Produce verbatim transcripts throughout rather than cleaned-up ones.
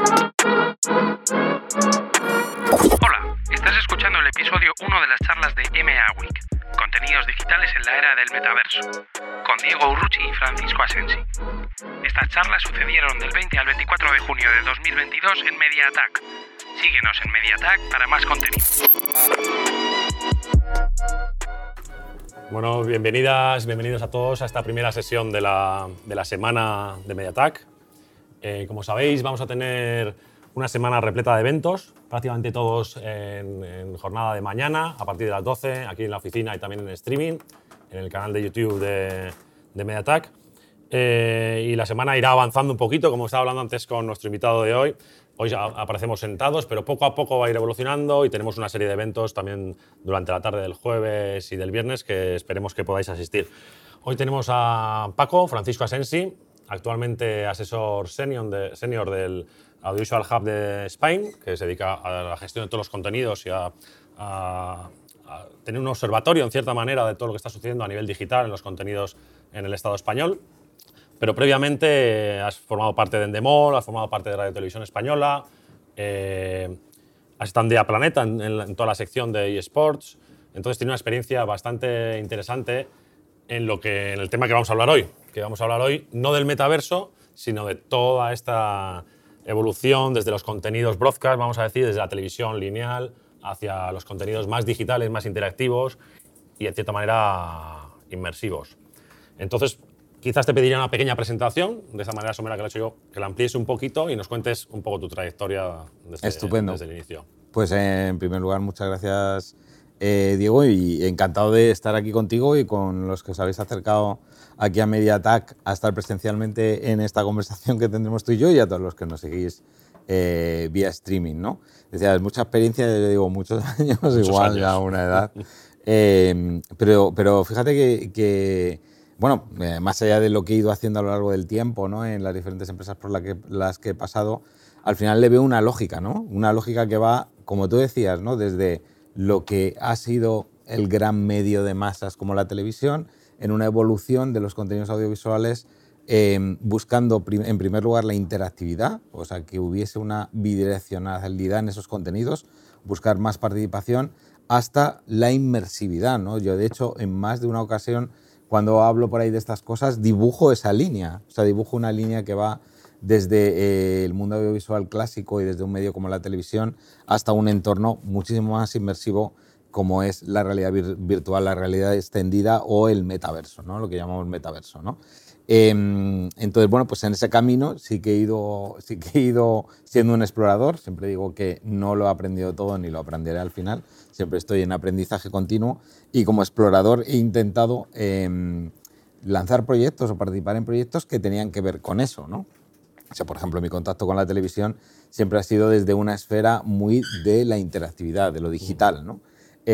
Hola, estás escuchando el episodio uno de las charlas de M A Week, contenidos digitales en la era del metaverso, con Diego Urruchi y Francisco Asensi. Estas charlas sucedieron del veinte al veinticuatro de junio de dos mil veintidós en MediaTac. Síguenos en MediaTac para más contenido. Bueno, bienvenidas, bienvenidos a todos a esta primera sesión de la, de la semana de MediaTac. Eh, como sabéis, vamos a tener una semana repleta de eventos, prácticamente todos en, en jornada de mañana, a partir de las doce, aquí en la oficina y también en streaming, en el canal de YouTube de, de MediaTac. Eh, y la semana irá avanzando un poquito, como estaba hablando antes con nuestro invitado de hoy. Hoy ya aparecemos sentados, pero poco a poco va a ir evolucionando y tenemos una serie de eventos también durante la tarde del jueves y del viernes que esperemos que podáis asistir. Hoy tenemos a Paco Francisco Asensi, actualmente asesor senior, de, senior del Audiovisual Hub de Spain, que se dedica a la gestión de todos los contenidos y a, a, a tener un observatorio, en cierta manera, de todo lo que está sucediendo a nivel digital en los contenidos en el Estado español. Pero previamente has formado parte de Endemol, has formado parte de Radio Televisión Española, eh, has estado en Día Planeta, en, en toda la sección de eSports. Entonces tiene una experiencia bastante interesante en, lo que, en el tema que vamos a hablar hoy. Que vamos a hablar hoy no del metaverso, sino de toda esta evolución desde los contenidos broadcast, vamos a decir, desde la televisión lineal hacia los contenidos más digitales, más interactivos y, en cierta manera, inmersivos. Entonces, quizás te pediría una pequeña presentación, de esa manera somera que lo he hecho yo, que la amplíes un poquito y nos cuentes un poco tu trayectoria desde, Estupendo. desde el inicio. Pues eh, en primer lugar, muchas gracias, eh, Diego, y encantado de estar aquí contigo y con los que os habéis acercado aquí a MediaTac a estar presencialmente en esta conversación que tendremos tú y yo, y a todos los que nos seguís eh, vía streaming, ¿no? Decías, mucha experiencia, yo digo, muchos años, muchos igual años. Ya una edad. eh, pero, pero fíjate que... que Bueno, eh, más allá de lo que he ido haciendo a lo largo del tiempo, ¿no? En las diferentes empresas por la que, las que he pasado, al final le veo una lógica, ¿no? Una lógica que va, como tú decías, ¿no? Desde lo que ha sido el gran medio de masas como la televisión, en una evolución de los contenidos audiovisuales, eh, buscando prim- en primer lugar la interactividad, o sea, que hubiese una bidireccionalidad en esos contenidos, buscar más participación, hasta la inmersividad, ¿no? Yo, de hecho, en más de una ocasión, cuando hablo por ahí de estas cosas, dibujo esa línea. O sea, dibujo una línea que va desde eh, el mundo audiovisual clásico y desde un medio como la televisión hasta un entorno muchísimo más inmersivo como es la realidad vir- virtual, la realidad extendida o el metaverso, ¿no? Lo que llamamos metaverso, ¿no? Eh, entonces, bueno, pues en ese camino sí que, he ido, sí que he ido siendo un explorador. Siempre digo que no lo he aprendido todo ni lo aprenderé al final. Siempre estoy en aprendizaje continuo y como explorador he intentado eh, lanzar proyectos o participar en proyectos que tenían que ver con eso, ¿no? O sea, por ejemplo, mi contacto con la televisión siempre ha sido desde una esfera muy de la interactividad, de lo digital, ¿no?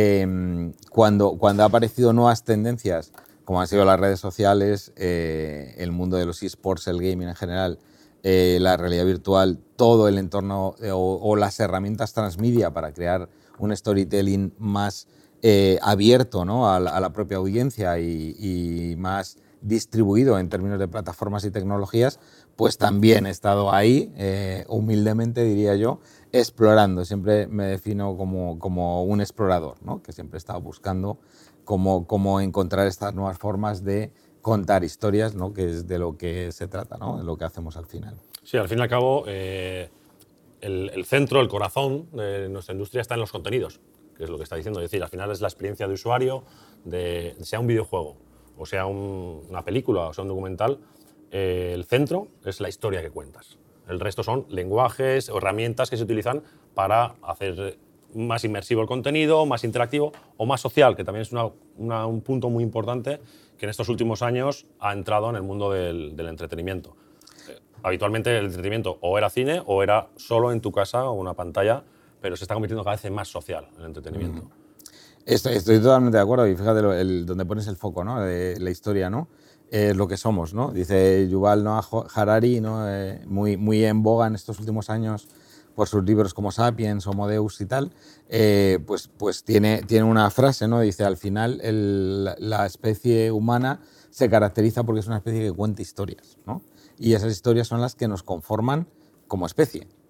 Eh, cuando, cuando ha aparecido nuevas tendencias, como han sido las redes sociales, eh, el mundo de los eSports, el gaming en general, eh, la realidad virtual, todo el entorno eh, o, o las herramientas transmedia para crear un storytelling más eh, abierto, ¿no? a, la, a la propia audiencia y, y más distribuido en términos de plataformas y tecnologías, pues también he estado ahí, eh, humildemente diría yo, explorando. Siempre me defino como, como un explorador, ¿no? Que siempre he estado buscando cómo, cómo encontrar estas nuevas formas de contar historias, ¿no? Que es de lo que se trata, ¿no? De lo que hacemos al final. Sí, al fin y al cabo, eh, el, el centro, el corazón de nuestra industria está en los contenidos, que es lo que está diciendo. Es decir, al final es la experiencia de usuario, de, sea un videojuego, o sea un, una película, o sea un documental. Eh, el centro es la historia que cuentas. El resto son lenguajes o herramientas que se utilizan para hacer más inmersivo el contenido, más interactivo o más social, que también es una, una, un punto muy importante que en estos últimos años ha entrado en el mundo del, del entretenimiento. Eh, habitualmente el entretenimiento o era cine o era solo en tu casa o una pantalla, pero se está convirtiendo cada vez en más social el entretenimiento. Mm. Estoy, estoy totalmente de acuerdo y fíjate lo, el, donde pones el foco, ¿no? De la historia, ¿no? Es eh, lo que somos, ¿no? Dice Yuval Noah Harari, ¿no? Eh, muy, muy en boga en estos últimos años por sus libros como Sapiens, Homo Deus y tal, eh, pues, pues tiene, tiene una frase, ¿no? Dice, al final el, la especie humana se caracteriza porque es una especie que cuenta historias, ¿no? Y esas historias son las que nos conforman como especie.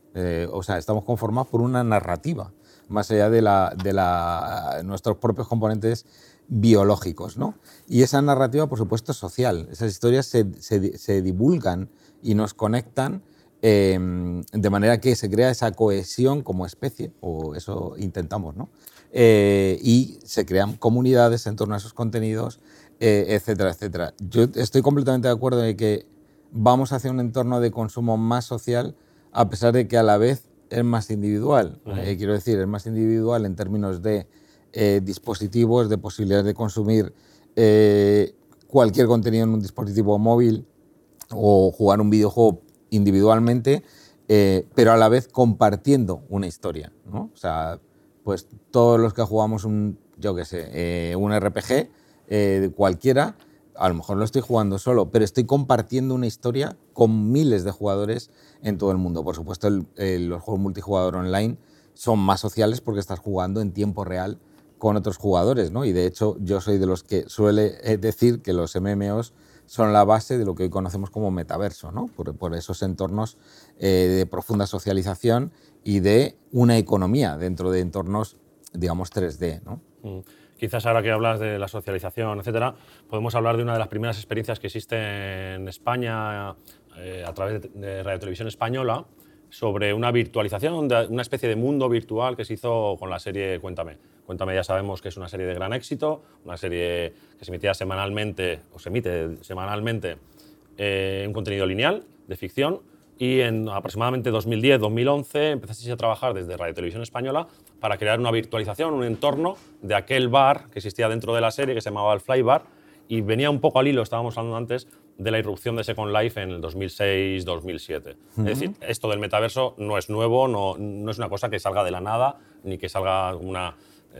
Eh, o sea, estamos conformados por una narrativa, más allá de, la, de la, nuestros propios componentes biológicos, ¿no? Y esa narrativa, por supuesto, es social. Esas historias se, se, se divulgan y nos conectan eh, de manera que se crea esa cohesión como especie, o eso intentamos, ¿no? Eh, y se crean comunidades en torno a esos contenidos, eh, etcétera, etcétera. Yo estoy completamente de acuerdo en que vamos hacia un entorno de consumo más social, a pesar de que a la vez es más individual. Uh-huh. Eh, quiero decir, es más individual en términos de eh, dispositivos, de posibilidades de consumir eh, cualquier contenido en un dispositivo móvil o jugar un videojuego individualmente, eh, pero a la vez compartiendo una historia, ¿no? O sea, pues todos los que jugamos un, yo qué sé, eh, un R P G, eh, cualquiera, a lo mejor lo estoy jugando solo, pero estoy compartiendo una historia con miles de jugadores en todo el mundo. Por supuesto, el, el, los juegos multijugador online son más sociales porque estás jugando en tiempo real con otros jugadores, ¿no? Y de hecho, yo soy de los que suele decir que los M M Os son la base de lo que hoy conocemos como metaverso, ¿no? Por, por esos entornos eh, de profunda socialización y de una economía dentro de entornos, digamos, tres D, ¿no? Mm. Quizás ahora que hablas de la socialización, etcétera, podemos hablar de una de las primeras experiencias que existe en España eh, a través de Radio Televisión Española sobre una virtualización, de una especie de mundo virtual que se hizo con la serie Cuéntame. Cuéntame, ya sabemos que es una serie de gran éxito, una serie que se emitía semanalmente, o se emite semanalmente, eh, un contenido lineal de ficción, y en aproximadamente dos mil diez, dos mil once empezasteis a trabajar desde Radio Televisión Española para crear una virtualización, un entorno de aquel bar que existía dentro de la serie, que se llamaba el Fly Bar, y venía un poco al hilo, estábamos hablando antes, de la irrupción de Second Life en el dos mil seis, dos mil siete. Uh-huh. Es decir, esto del metaverso no es nuevo, no, no es una cosa que salga de la nada, ni que salga una,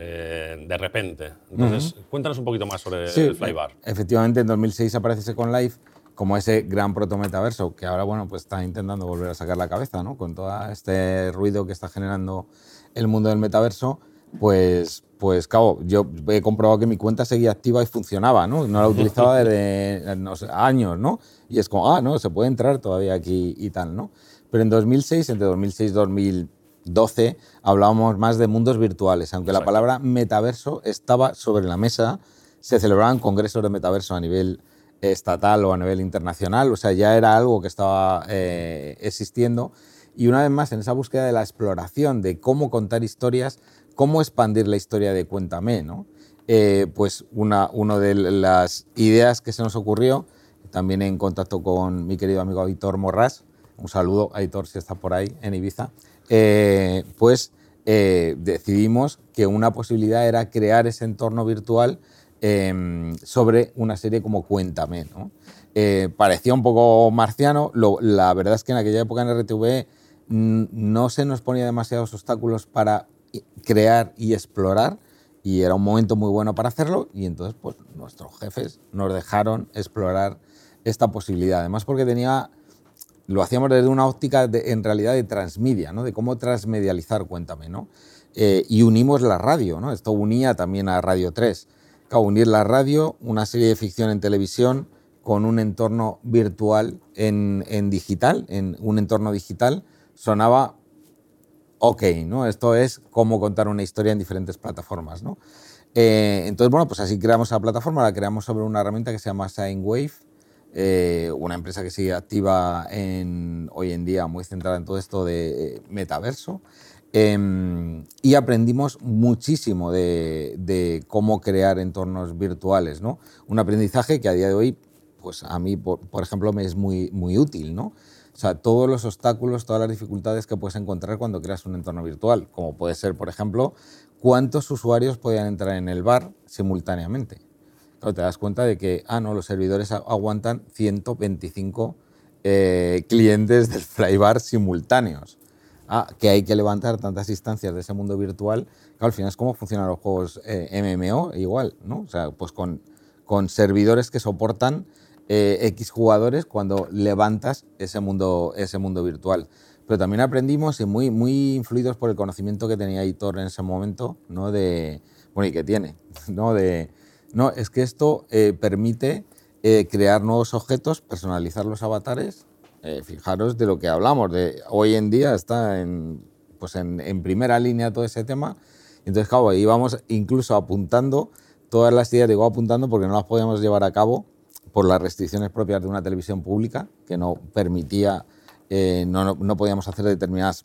eh, de repente. Entonces, uh-huh. cuéntanos un poquito más sobre sí, el Fly Bar. Efectivamente, en dos mil seis aparece Second Life como ese gran proto-metaverso que ahora, bueno, pues está intentando volver a sacar la cabeza, ¿no? Con todo este ruido que está generando el mundo del metaverso, pues, pues claro, yo he comprobado que mi cuenta seguía activa y funcionaba, ¿no? No la utilizaba desde no sé, años, ¿no? Y es como, ah, no, se puede entrar todavía aquí y tal, ¿no? Pero en dos mil seis, entre dos mil seis y dos mil doce, hablábamos más de mundos virtuales, aunque Exacto. la palabra metaverso estaba sobre la mesa, se celebraban congresos de metaverso a nivel estatal o a nivel internacional, o sea, ya era algo que estaba eh, existiendo. Y una vez más, en esa búsqueda de la exploración de cómo contar historias, cómo expandir la historia de Cuéntame, ¿no? Eh, pues una, una de las ideas que se nos ocurrió, también en contacto con mi querido amigo Aitor Morrás, un saludo, Aitor, si está por ahí, en Ibiza, eh, pues eh, decidimos que una posibilidad era crear ese entorno virtual Eh, sobre una serie como Cuéntame, ¿no? Eh, parecía un poco marciano, lo, la verdad es que en aquella época en R T V n- no se nos ponía demasiados obstáculos para crear y explorar, y era un momento muy bueno para hacerlo, y entonces pues nuestros jefes nos dejaron explorar esta posibilidad, además porque tenía, lo hacíamos desde una óptica de, en realidad de transmedia, ¿no? De cómo transmedializar Cuéntame, ¿no? Eh, y unimos la radio, ¿no? Esto unía también a Radio tres. Claro, unir la radio, una serie de ficción en televisión con un entorno virtual en, en digital, en un entorno digital, sonaba ok, ¿no? Esto es cómo contar una historia en diferentes plataformas, ¿no? Eh, entonces, bueno, pues así creamos la plataforma, la creamos sobre una herramienta que se llama Sinewave, eh, una empresa que sigue activa en, hoy en día, muy centrada en todo esto de eh, metaverso. Eh, y aprendimos muchísimo de, de cómo crear entornos virtuales, ¿no? Un aprendizaje que a día de hoy, pues a mí, por, por ejemplo, me es muy, muy útil, ¿no? O sea, todos los obstáculos, todas las dificultades que puedes encontrar cuando creas un entorno virtual, como puede ser, por ejemplo, cuántos usuarios podían entrar en el bar simultáneamente. Claro, te das cuenta de que, ah, no, los servidores aguantan ciento veinticinco eh, clientes del Flybar simultáneos. Ah, que hay que levantar tantas instancias de ese mundo virtual, que al final es como funcionan los juegos eh, M M O, igual, ¿no? O sea, pues con, con servidores que soportan eh, X jugadores cuando levantas ese mundo, ese mundo virtual. Pero también aprendimos, y muy, muy influidos por el conocimiento que tenía Aitor en ese momento, ¿no? De, bueno, y que tiene, ¿no? De, no, es que esto eh, permite eh, crear nuevos objetos, personalizar los avatares Eh, fijaros de lo que hablamos, de hoy en día está en, pues en, en primera línea todo ese tema. Entonces, claro, íbamos incluso apuntando todas las ideas, digo apuntando porque no las podíamos llevar a cabo por las restricciones propias de una televisión pública, que no permitía, eh, no, no, no podíamos hacer determinadas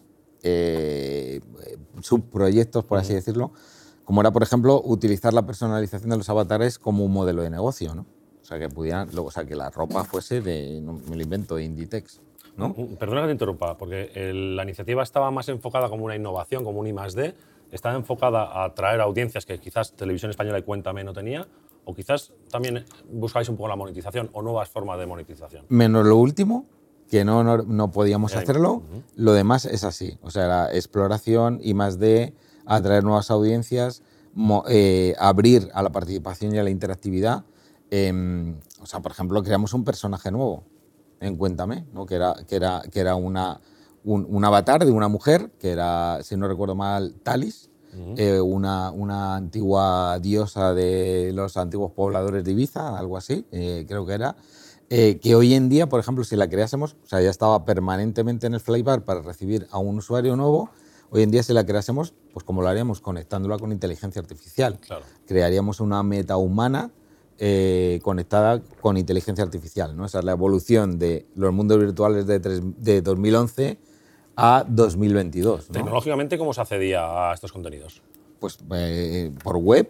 eh, subproyectos, por así decirlo, como era, por ejemplo, utilizar la personalización de los avatares como un modelo de negocio, ¿no? O sea, que pudieran, o sea, que la ropa fuese de, no, me lo invento, de Inditex, ¿no? Perdona que te interrumpa, porque el, la iniciativa estaba más enfocada como una innovación, como un I más D, estaba enfocada a atraer audiencias que quizás Televisión Española y Cuéntame no tenía, o quizás también buscáis un poco la monetización o nuevas formas de monetización. Menos lo último, que no, no, no podíamos Era, hacerlo, uh-huh. Lo demás es así, o sea, la exploración, I más D, atraer nuevas audiencias, mo, eh, abrir a la participación y a la interactividad. Eh, o sea, por ejemplo, creamos un personaje nuevo en Cuéntame, ¿no? que era, que era, que era una, un, un avatar de una mujer, que era, si no recuerdo mal, Talis, uh-huh. eh, una, una antigua diosa de los antiguos pobladores de Ibiza, algo así, eh, creo que era, eh, que hoy en día, por ejemplo, si la creásemos, o sea, ya estaba permanentemente en el Flybar para recibir a un usuario nuevo. Hoy en día, si la creásemos, pues como lo haríamos, conectándola con inteligencia artificial. Claro. Crearíamos una meta humana Eh, conectada con inteligencia artificial, ¿no? Esa es la evolución de los mundos virtuales de, tres, de dos mil once a dos mil veintidós, ¿no? Tecnológicamente, ¿cómo se accedía a estos contenidos? Pues eh, por web,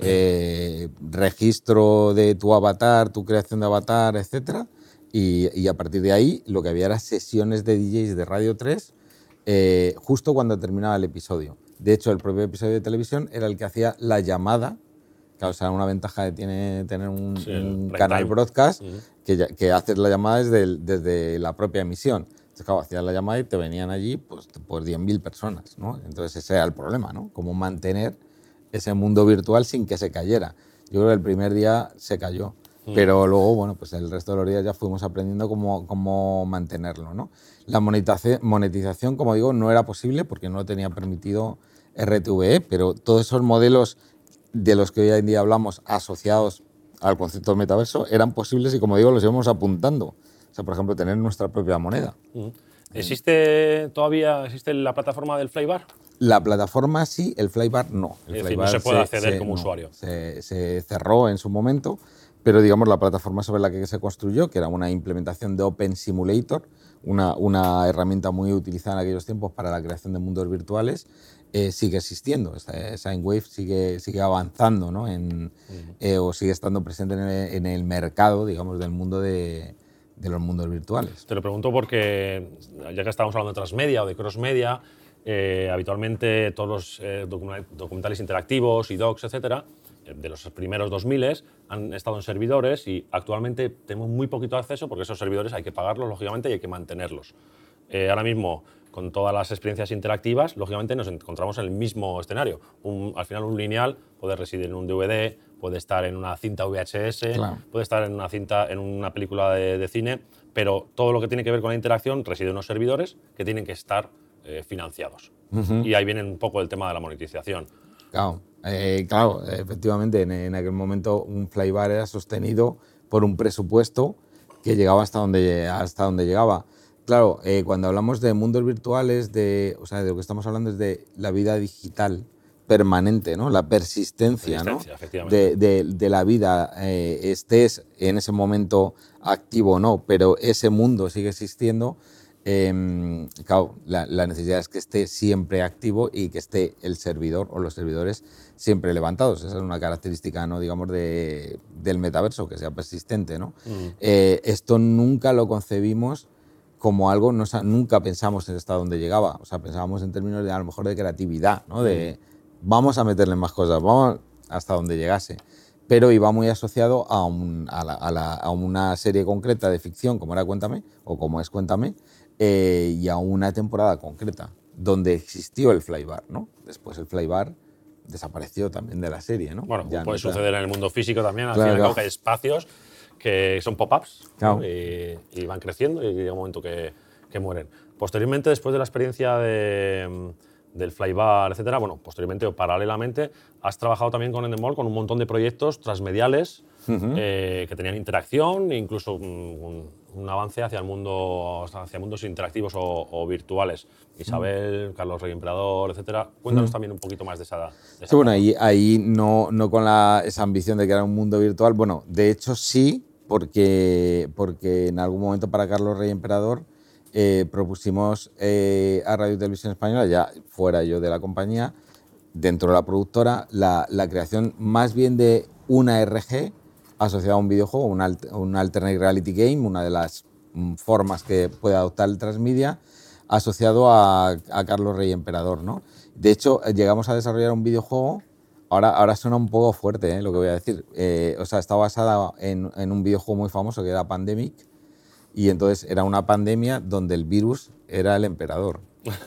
eh, registro de tu avatar, tu creación de avatar, etcétera, y, y a partir de ahí lo que había era sesiones de D Js de Radio tres eh, justo cuando terminaba el episodio. De hecho, el propio episodio de televisión era el que hacía la llamada. Claro, o sea, una ventaja que tiene tener un, sí, un canal time. broadcast, uh-huh. que, ya, que haces la llamada desde, el, desde la propia emisión. Entonces, claro, hacías la llamada y te venían allí pues, pues diez mil personas, ¿no? Entonces ese era el problema, ¿no? Cómo mantener ese mundo virtual sin que se cayera. Yo creo que el primer día se cayó, uh-huh. pero luego, bueno, pues el resto de los días ya fuimos aprendiendo cómo, cómo mantenerlo, ¿no? La monetización, monetización, como digo, no era posible porque no lo tenía permitido R T V E, pero todos esos modelos de los que hoy en día hablamos asociados al concepto de metaverso eran posibles y, como digo, los íbamos apuntando. O sea, por ejemplo, tener nuestra propia moneda. ¿Existe todavía existe la plataforma del Flybar? La plataforma sí, el Flybar no. El es Flybar decir, no se puede se, acceder se, como no, usuario. Se, se cerró en su momento, pero digamos la plataforma sobre la que se construyó, que era una implementación de Open Simulator, una, una herramienta muy utilizada en aquellos tiempos para la creación de mundos virtuales, Eh, sigue existiendo. Synewave sigue, sigue avanzando, ¿no? en, uh-huh. eh, o sigue estando presente en el, en el mercado, digamos, del mundo de, de los mundos virtuales. Te lo pregunto porque, ya que estamos hablando de transmedia o de crossmedia, eh, habitualmente todos los eh, documentales interactivos y docs, etcétera, de los primeros dos mil han estado en servidores y actualmente tenemos muy poquito acceso porque esos servidores hay que pagarlos, lógicamente, y hay que mantenerlos. Eh, ahora mismo, con todas las experiencias interactivas, lógicamente nos encontramos en el mismo escenario. Un, al final, un lineal puede residir en un D V D, puede estar en una cinta V H S, claro. puede estar en una cinta, en una película de, de cine, pero todo lo que tiene que ver con la interacción reside en unos servidores que tienen que estar eh, financiados. Uh-huh. Y ahí viene un poco el tema de la monetización. Claro, eh, claro efectivamente, en, en aquel momento un Flybar era sostenido por un presupuesto que llegaba hasta donde, hasta donde llegaba. Claro, eh, cuando hablamos de mundos virtuales, de, o sea, de lo que estamos hablando es de la vida digital permanente, ¿no? La persistencia, persistencia, ¿no? de, de, de la vida, eh, estés en ese momento activo o no, pero ese mundo sigue existiendo. Eh, claro, la, la necesidad es que esté siempre activo y que esté el servidor o los servidores siempre levantados. Esa es una característica, ¿no? digamos, de, del metaverso, que sea persistente, ¿no? Mm. Eh, esto nunca lo concebimos como algo, no, nunca pensamos en hasta dónde llegaba. O sea, pensábamos en términos de, a lo mejor, de creatividad, ¿no? De vamos a meterle más cosas, vamos hasta donde llegase. Pero iba muy asociado a, un, a, la, a, la, a una serie concreta de ficción, como era Cuéntame, o como es Cuéntame, eh, y a una temporada concreta, donde existió el Flybar, ¿no? Después el Flybar desapareció también de la serie, ¿no? Bueno, ya puede no suceder en el mundo físico también, al claro, final claro. que hay espacios que son pop-ups, claro. ¿no? y, y van creciendo y llega un momento que, que mueren. Posteriormente, después de la experiencia de, del Flybar, etcétera. Bueno, posteriormente o paralelamente has trabajado también con Endemol con un montón de proyectos transmediales uh-huh. eh, que tenían interacción e incluso un, un, un avance hacia el mundo, hacia mundos interactivos o, o virtuales. Isabel, uh-huh. Carlos Rey Emperador, etcétera. Cuéntanos uh-huh. también un poquito más de esa. De esa sí, bueno, ahí, ahí no, no con la, esa ambición de crear un mundo virtual. Bueno, de hecho sí, porque, porque en algún momento para Carlos Rey Emperador eh, propusimos eh, a Radio y Televisión Española, ya fuera yo de la compañía, dentro de la productora, la, la creación más bien de una R G asociada a un videojuego, un, alt, un Alternate Reality Game, una de las mm, formas que puede adoptar el transmedia, asociado a, a Carlos Rey Emperador, ¿no? De hecho, llegamos a desarrollar un videojuego, ahora, ahora suena un poco fuerte ¿eh? lo que voy a decir, eh, o sea, está basada en, en un videojuego muy famoso que era Pandemic, y entonces era una pandemia donde el virus era el emperador,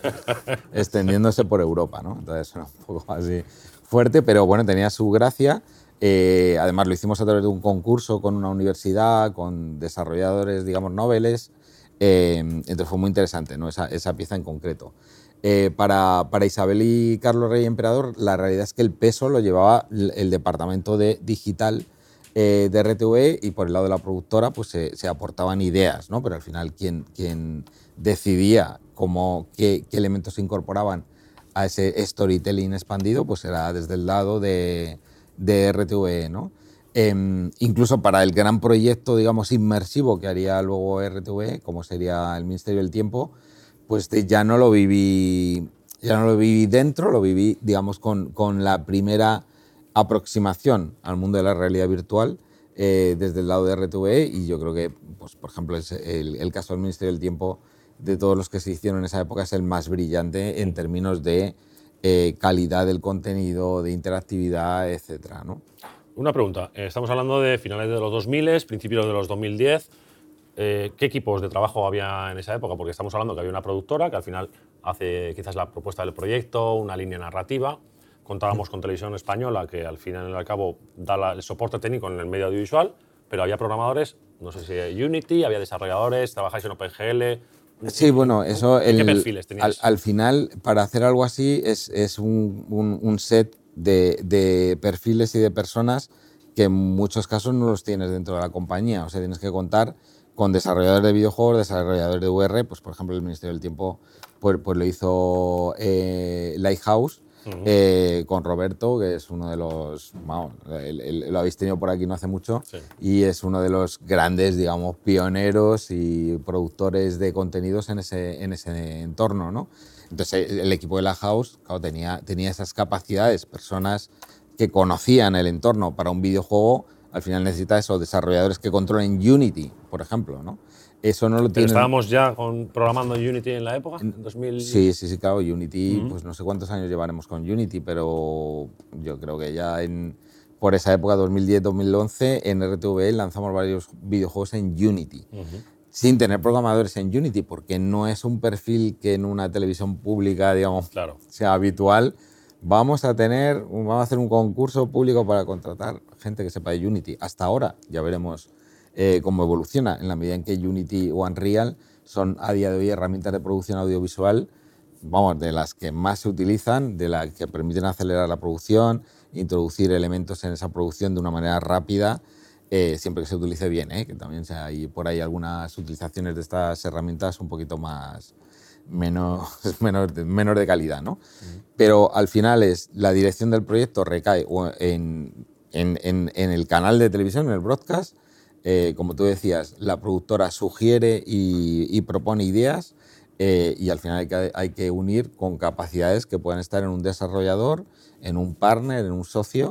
extendiéndose por Europa, ¿no? Entonces suena un poco así fuerte, pero bueno, tenía su gracia. Eh, además lo hicimos a través de un concurso con una universidad, con desarrolladores, digamos, noveles. Eh, entonces fue muy interesante, ¿no? esa, esa pieza en concreto. Eh, para, para Isabel y Carlos Rey Emperador, la realidad es que el peso lo llevaba el, el departamento de digital eh, de R T V E, y por el lado de la productora pues se, se aportaban ideas, ¿no? Pero al final quien, quien decidía cómo, qué, qué elementos se incorporaban a ese storytelling expandido pues era desde el lado de, de R T V E, ¿no? Eh, incluso para el gran proyecto, digamos, inmersivo que haría luego R T V E, como sería el Ministerio del Tiempo, pues de, ya no lo viví, ya no lo viví dentro, lo viví, digamos, con, con la primera aproximación al mundo de la realidad virtual eh, desde el lado de R T V E, y yo creo que, pues, por ejemplo, es el, el caso del Ministerio del Tiempo, de todos los que se hicieron en esa época, es el más brillante en términos de eh, calidad del contenido, de interactividad, etcétera, ¿no? Una pregunta. Estamos hablando de finales de los dos mil, principios de los dos mil diez. Eh, ¿Qué equipos de trabajo había en esa época? Porque estamos hablando que había una productora que al final hace quizás la propuesta del proyecto, una línea narrativa. Contábamos con Televisión Española, que al final y al cabo da la, el soporte técnico en el medio audiovisual, pero había programadores, no sé si Unity, había desarrolladores, trabajáis en OpenGL. Sí, bueno, eso... ¿Qué el, perfiles teníais? Al, al final, para hacer algo así, es, es un, un, un set de, de perfiles y de personas que en muchos casos no los tienes dentro de la compañía. O sea, tienes que contar con desarrolladores de videojuegos, desarrolladores de V R. Pues, por ejemplo, el Ministerio del Tiempo pues, pues lo hizo eh, Lighthouse, uh-huh. eh, con Roberto, que es uno de los... Vamos, el, el, lo habéis tenido por aquí no hace mucho, sí. Y es uno de los grandes, digamos, pioneros y productores de contenidos en ese, en ese entorno, ¿no? Entonces, el equipo de Lighthouse, claro, tenía, tenía esas capacidades, personas que conocían el entorno para un videojuego. Al final necesita esos desarrolladores que controlen Unity, por ejemplo, ¿no? Eso no lo tienen. ¿Estábamos ya con, programando Unity en la época? ¿En dos mil? Sí, sí, sí, claro. Unity, uh-huh. pues no sé cuántos años llevaremos con Unity, pero yo creo que ya en, por esa época, dos mil diez, dos mil once, en R T V E lanzamos varios videojuegos en Unity. Uh-huh. Sin tener programadores en Unity, porque no es un perfil que en una televisión pública, digamos, claro. sea habitual. Vamos a tener, vamos a hacer un concurso público para contratar gente que sepa de Unity. Hasta ahora ya veremos eh, cómo evoluciona, en la medida en que Unity o Unreal son a día de hoy herramientas de producción audiovisual, vamos, de las que más se utilizan, de las que permiten acelerar la producción, introducir elementos en esa producción de una manera rápida, eh, siempre que se utilice bien, ¿eh? Que también hay por ahí algunas utilizaciones de estas herramientas un poquito más... Menos, menos, de, menos de calidad, ¿no? Uh-huh. Pero al final es la dirección del proyecto recae en, en, en, en el canal de televisión, en el broadcast. Eh, como tú decías, la productora sugiere y, y propone ideas eh, y al final hay que, hay que unir con capacidades que puedan estar en un desarrollador, en un partner, en un socio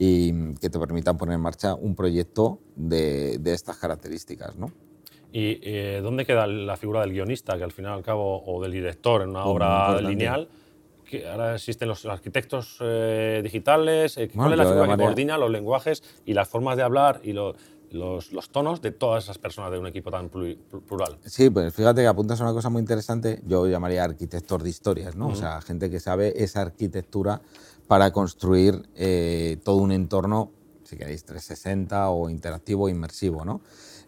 y que te permitan poner en marcha un proyecto de, de estas características, ¿no? ¿Y eh, dónde queda la figura del guionista, que al final y al cabo, o del director en una Muy obra importante. lineal? Que ahora existen los arquitectos eh, digitales. Eh, ¿Cuál bueno, es la figura que coordina los lenguajes y las formas de hablar y lo, los, los tonos de todas esas personas de un equipo tan plural? Sí, pues fíjate que apuntas a una cosa muy interesante. Yo llamaría arquitectos de historias, ¿no? Uh-huh. O sea, gente que sabe esa arquitectura para construir eh, todo un entorno, si queréis, trescientos sesenta o interactivo o inmersivo, ¿no?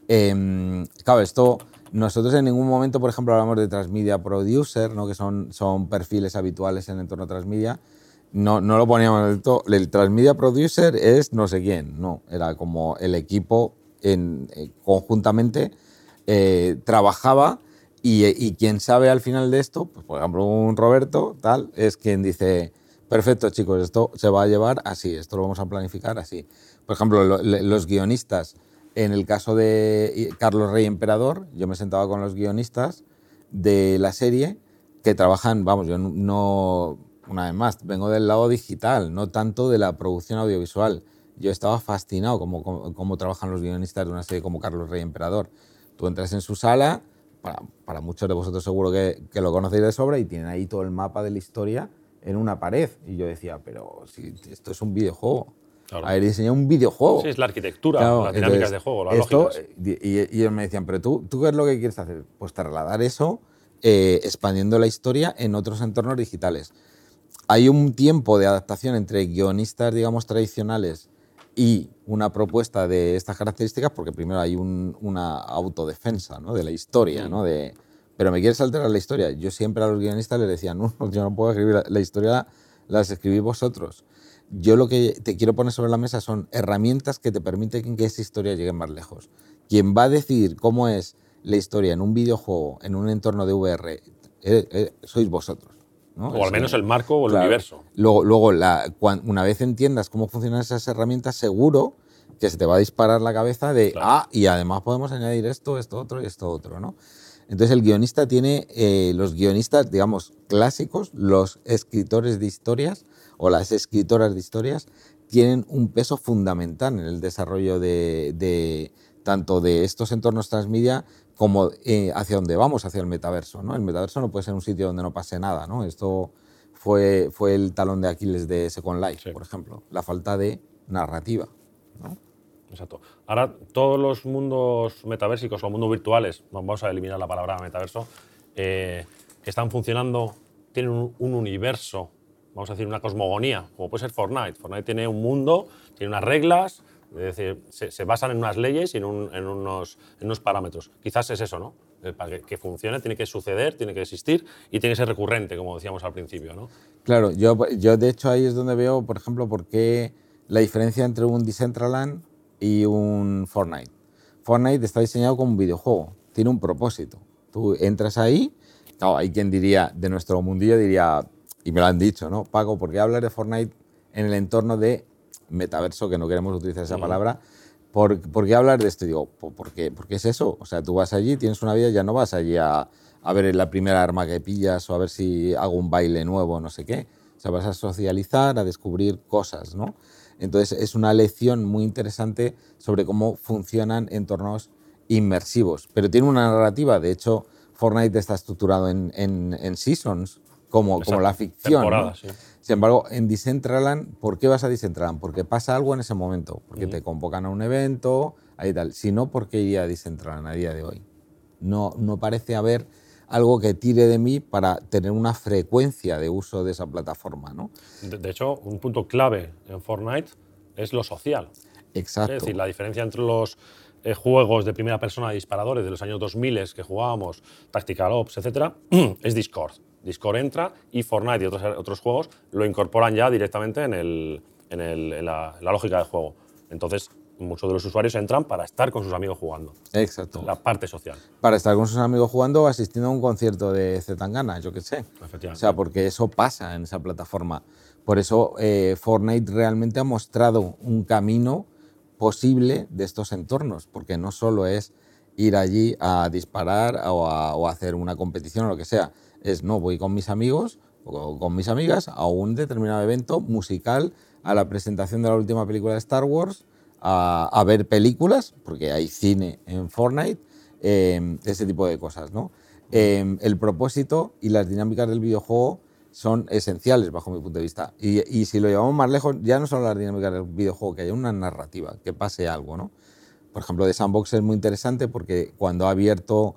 Eh, claro, esto, nosotros en ningún momento, por ejemplo, hablamos de Transmedia Producer, ¿no? Que son, son perfiles habituales en el entorno Transmedia. No, no lo poníamos del todo. El Transmedia Producer es no sé quién, no. Era como el equipo en, eh, conjuntamente eh, trabajaba y, y quien sabe al final de esto, pues, por ejemplo, un Roberto, tal, es quien dice, perfecto, chicos, esto se va a llevar así, esto lo vamos a planificar así. Por ejemplo, lo, los guionistas, en el caso de Carlos Rey Emperador, yo me sentaba con los guionistas de la serie que trabajan, vamos, yo no, una vez más, vengo del lado digital, no tanto de la producción audiovisual. Yo estaba fascinado cómo, cómo, cómo trabajan los guionistas de una serie como Carlos Rey Emperador. Tú entras en su sala, para, para muchos de vosotros seguro que, que lo conocéis de sobra, y tienen ahí todo el mapa de la historia en una pared. Y yo decía, pero si esto es un videojuego. Claro. Haber diseñado un videojuego. Sí, es la arquitectura, claro, las dinámicas entonces, de juego, las esto, lógicas. Y, y ellos me decían, pero tú, ¿tú qué es lo que quieres hacer? Pues trasladar eso, eh, expandiendo la historia en otros entornos digitales. Hay un tiempo de adaptación entre guionistas, digamos, tradicionales y una propuesta de estas características, porque primero hay un, una autodefensa, ¿no?, de la historia, ¿no? De, pero me quieres alterar la historia. Yo siempre a los guionistas les decía, no, yo no puedo escribir la, la historia, las escribís vosotros. Yo lo que te quiero poner sobre la mesa son herramientas que te permiten que esa historia llegue más lejos. Quien va a decidir cómo es la historia en un videojuego, en un entorno de V R, eh, eh, sois vosotros, ¿no? O al menos que, el marco o el claro, universo. Luego, luego la, cuando, una vez entiendas cómo funcionan esas herramientas, seguro que se te va a disparar la cabeza de, claro, ah, y además podemos añadir esto, esto otro y esto otro, ¿no? Entonces el guionista tiene, eh, los guionistas, digamos, clásicos, los escritores de historias o las escritoras de historias, tienen un peso fundamental en el desarrollo de, de tanto de estos entornos transmedia como eh, hacia dónde vamos, hacia el metaverso, ¿no? El metaverso no puede ser un sitio donde no pase nada, ¿no? Esto fue, fue el talón de Aquiles de Second Life, sí, por ejemplo, la falta de narrativa, ¿no? Exacto. Ahora, todos los mundos metaversicos o mundos virtuales, vamos a eliminar la palabra metaverso, eh, que están funcionando, tienen un, un universo, vamos a decir una cosmogonía, como puede ser Fortnite. Fortnite tiene un mundo, tiene unas reglas, es decir, se, se basan en unas leyes y en, un, en, unos, en unos parámetros. Quizás es eso, ¿no? Para que, que funcione tiene que suceder, tiene que existir y tiene que ser recurrente, como decíamos al principio, ¿no? Claro, yo, yo de hecho ahí es donde veo, por ejemplo, por qué la diferencia entre un Decentraland y un Fortnite. Fortnite está diseñado como un videojuego, tiene un propósito. Tú entras ahí, claro, hay quien diría, de nuestro mundillo diría, y me lo han dicho, ¿no? Paco, ¿por qué hablas de Fortnite en el entorno de metaverso, que no queremos utilizar esa palabra? ¿Por, ¿por qué hablar de esto? Y digo, ¿por qué? Porque es eso. O sea, tú vas allí, tienes una vida, ya no vas allí a, a ver la primera arma que pillas o a ver si hago un baile nuevo, no sé qué. O sea, vas a socializar, a descubrir cosas, ¿no? Entonces, es una lección muy interesante sobre cómo funcionan entornos inmersivos. Pero tiene una narrativa. De hecho, Fortnite está estructurado en, en, en seasons, como, como la ficción, ¿no? Sí. Sin embargo, en Decentraland, ¿por qué vas a Decentraland? Porque pasa algo en ese momento, porque uh-huh. te convocan a un evento, ahí tal. Si no, ¿por qué iría a Decentraland a día de hoy? No, no parece haber algo que tire de mí para tener una frecuencia de uso de esa plataforma, ¿no? De, de hecho, un punto clave en Fortnite es lo social. Exacto. Es decir, la diferencia entre los eh, juegos de primera persona de disparadores de los años dos mil que jugábamos, Tactical Ops, etcétera, es Discord. Discord entra y Fortnite y otros, otros juegos lo incorporan ya directamente en, el, en, el, en, la, en la lógica de juego. Entonces, muchos de los usuarios entran para estar con sus amigos jugando. Exacto. La parte social. Para estar con sus amigos jugando o asistiendo a un concierto de Zetangana, yo qué sé. Efectivamente. O sea, porque eso pasa en esa plataforma. Por eso eh, Fortnite realmente ha mostrado un camino posible de estos entornos, porque no solo es ir allí a disparar o a, o a hacer una competición o lo que sea. Es, no, voy con mis amigos o con mis amigas a un determinado evento musical, a la presentación de la última película de Star Wars, a, a ver películas, porque hay cine en Fortnite, eh, ese tipo de cosas, ¿no? Eh, el propósito y las dinámicas del videojuego son esenciales bajo mi punto de vista. Y, y si lo llevamos más lejos, ya no son las dinámicas del videojuego, que haya una narrativa, que pase algo, ¿no? Por ejemplo, The Sandbox es muy interesante porque cuando ha abierto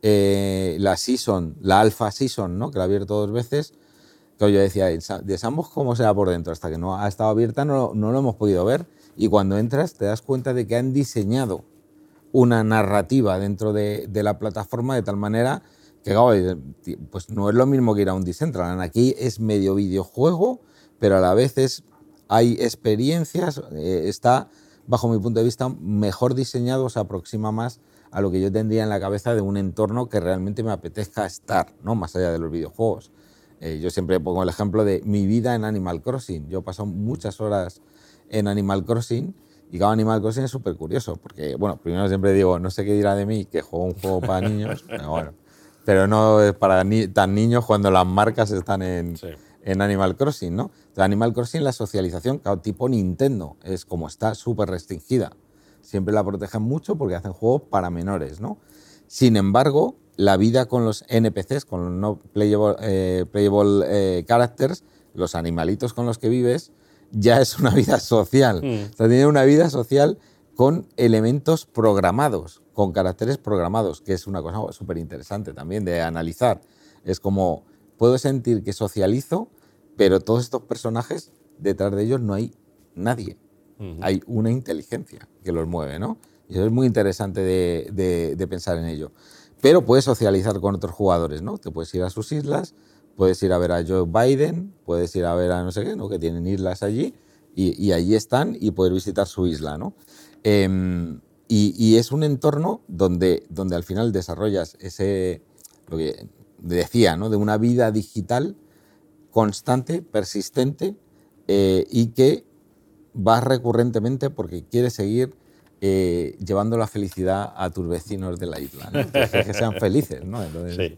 eh, la season, la alpha season, ¿no?, que la ha abierto dos veces, que yo decía, ¿de Sandbox cómo será por dentro? Hasta que no ha estado abierta no, no lo hemos podido ver. Y cuando entras te das cuenta de que han diseñado una narrativa dentro de, de la plataforma de tal manera que, claro, pues no es lo mismo que ir a un Decentraland. Aquí es medio videojuego, pero a la vez es, hay experiencias, eh, está, bajo mi punto de vista, mejor diseñado, se aproxima más a lo que yo tendría en la cabeza de un entorno que realmente me apetezca estar, ¿no? Más allá de los videojuegos. Eh, yo siempre pongo el ejemplo de mi vida en Animal Crossing. Yo he pasado muchas horas en Animal Crossing y cada Animal Crossing es súper curioso, porque, bueno, primero siempre digo, no sé qué dirá de mí, que juego un juego para niños, pero bueno, pero no es para ni tan niños cuando las marcas están en, sí. en Animal Crossing, ¿no? En Animal Crossing la socialización, claro, tipo Nintendo, es como está súper restringida. Siempre la protegen mucho porque hacen juegos para menores, ¿no? Sin embargo, la vida con los N P Cs, con los no playable, eh, playable eh, characters, los animalitos con los que vives, ya es una vida social. Mm. O sea, tiene una vida social con elementos programados, con caracteres programados, que es una cosa súper interesante también de analizar. Es como, puedo sentir que socializo, pero todos estos personajes, detrás de ellos no hay nadie. Uh-huh. Hay una inteligencia que los mueve, ¿no? Y eso es muy interesante de, de, de pensar en ello. Pero puedes socializar con otros jugadores, ¿no? Te puedes ir a sus islas, puedes ir a ver a Joe Biden, puedes ir a ver a no sé qué, ¿no? Que tienen islas allí, y, y allí están, y poder visitar su isla, ¿no? Eh, y, y es un entorno donde, donde al final desarrollas ese, lo que decía, ¿no? De una vida digital constante, persistente, eh, y que vas recurrentemente porque quieres seguir eh, llevando la felicidad a tus vecinos de la isla, ¿no? Entonces, que sean felices, ¿no? Entonces, sí.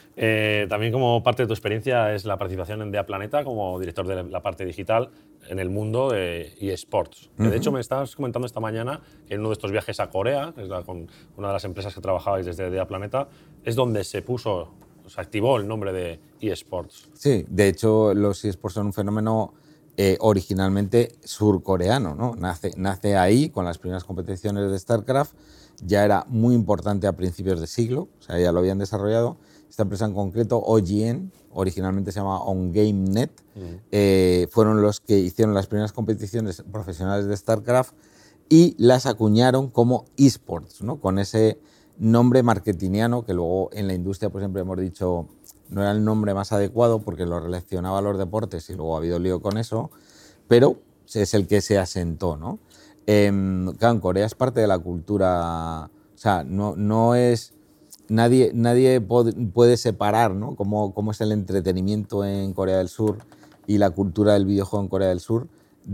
Eh, también como parte de tu experiencia es la participación en D E A Planeta como director de la parte digital en el mundo de eSports. Uh-huh. De hecho, me estabas comentando esta mañana que en uno de estos viajes a Corea, que es la, con una de las empresas que trabajabais desde D E A Planeta, es donde se puso, se activó el nombre de eSports. Sí, de hecho los eSports son un fenómeno eh, originalmente surcoreano, ¿no? Nace, nace ahí con las primeras competiciones de StarCraft, ya era muy importante a principios de siglo, o sea, ya lo habían desarrollado. Esta empresa en concreto, O G N, originalmente se llama OnGameNet, mm. eh, fueron los que hicieron las primeras competiciones profesionales de StarCraft y las acuñaron como eSports, ¿no? Con ese nombre marketingiano que luego en la industria pues siempre hemos dicho no era el nombre más adecuado porque lo relacionaba a los deportes y luego ha habido lío con eso, pero es el que se asentó, ¿no? Eh, claro, en Corea es parte de la cultura, o sea, no, no es... Nadie, nadie puede separar, ¿no? cómo, cómo es el entretenimiento en Corea del Sur y la cultura del videojuego en Corea del Sur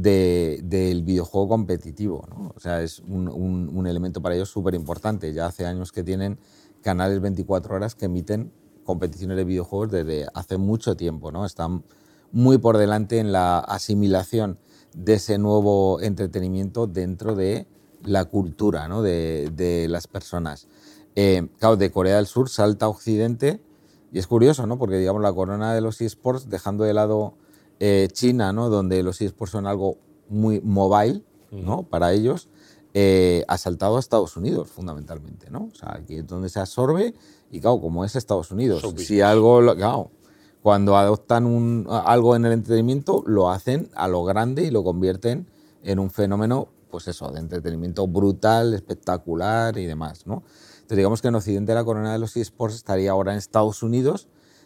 de, del videojuego competitivo, ¿no? O sea, es un, un, un elemento para ellos súper importante. Ya hace años que tienen canales veinticuatro horas que emiten competiciones de videojuegos desde hace mucho tiempo, ¿no? Están muy por delante en la asimilación de ese nuevo entretenimiento dentro de la cultura, ¿no? de, de las personas. Eh, claro, de Corea del Sur salta a Occidente y es curioso, ¿no? Porque digamos la corona de los eSports, dejando de lado eh, China, ¿no? Donde los eSports son algo muy mobile, ¿no? Para ellos, eh, ha saltado a Estados Unidos fundamentalmente, ¿no? O sea, aquí es donde se absorbe y claro, como es Estados Unidos, so si algo, claro, cuando adoptan un, algo en el entretenimiento lo hacen a lo grande y lo convierten en un fenómeno, pues eso, de entretenimiento brutal, espectacular y demás, ¿no? Entonces, digamos que en Occidente la corona de los eSports estaría ahora en Estados Unidos,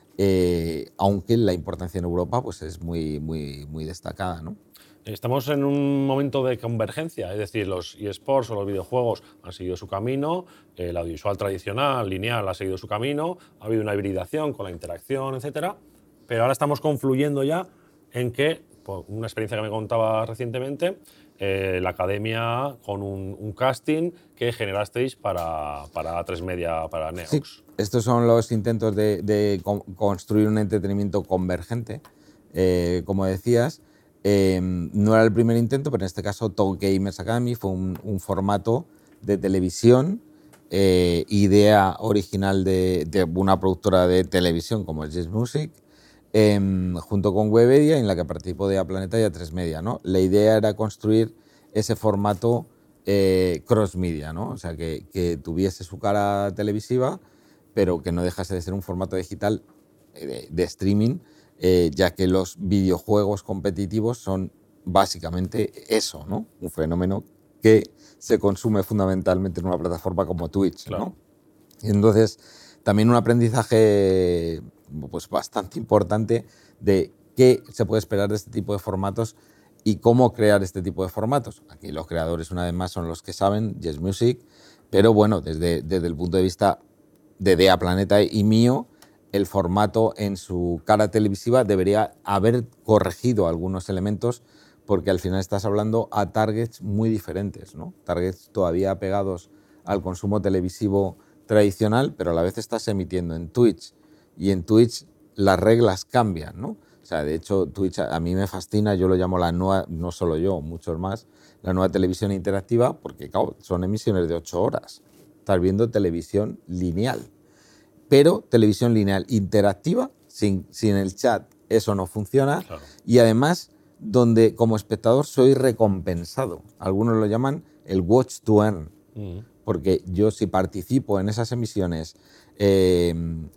eh, aunque la importancia en Europa pues, es muy, muy, muy destacada, ¿no? Estamos en un momento de convergencia, es decir, los eSports o los videojuegos han seguido su camino, el audiovisual tradicional, lineal, ha seguido su camino, ha habido una hibridación con la interacción, etcétera, pero ahora estamos confluyendo ya en que, por una experiencia que me contaba recientemente, Eh, la academia con un, un casting que generasteis para, para A tres Media, para Neox. Sí, estos son los intentos de, de con, construir un entretenimiento convergente, eh, como decías. Eh, no era el primer intento, pero en este caso Top Gamers Academy fue un, un formato de televisión, eh, idea original de, de una productora de televisión como es Yes Music, Eh, junto con Webedia, en la que participó de A Planeta y A tres Media, ¿no? La idea era construir ese formato eh, cross-media, ¿no? O sea, que, que tuviese su cara televisiva, pero que no dejase de ser un formato digital de, de streaming, eh, ya que los videojuegos competitivos son básicamente eso, ¿no? Un fenómeno que se consume fundamentalmente en una plataforma como Twitch, Claro. ¿no? Y entonces, también un aprendizaje pues, bastante importante de qué se puede esperar de este tipo de formatos y cómo crear este tipo de formatos. Aquí los creadores, una vez más, son los que saben, Yes Music, pero bueno, desde, desde el punto de vista de D E A Planeta y mío, el formato en su cara televisiva debería haber corregido algunos elementos porque al final estás hablando a targets muy diferentes, ¿no? Targets todavía apegados al consumo televisivo tradicional, pero a la vez estás emitiendo en Twitch y en Twitch las reglas cambian, ¿no? O sea, de hecho, Twitch a mí me fascina, yo lo llamo la nueva, no solo yo, muchos más, la nueva televisión interactiva, porque claro, son emisiones de ocho horas. Estás viendo televisión lineal. Pero televisión lineal interactiva, sin, sin el chat, eso no funciona. Claro. Y además, donde como espectador soy recompensado. Algunos lo llaman el watch to earn. Mm. Porque yo si participo en esas emisiones, eh,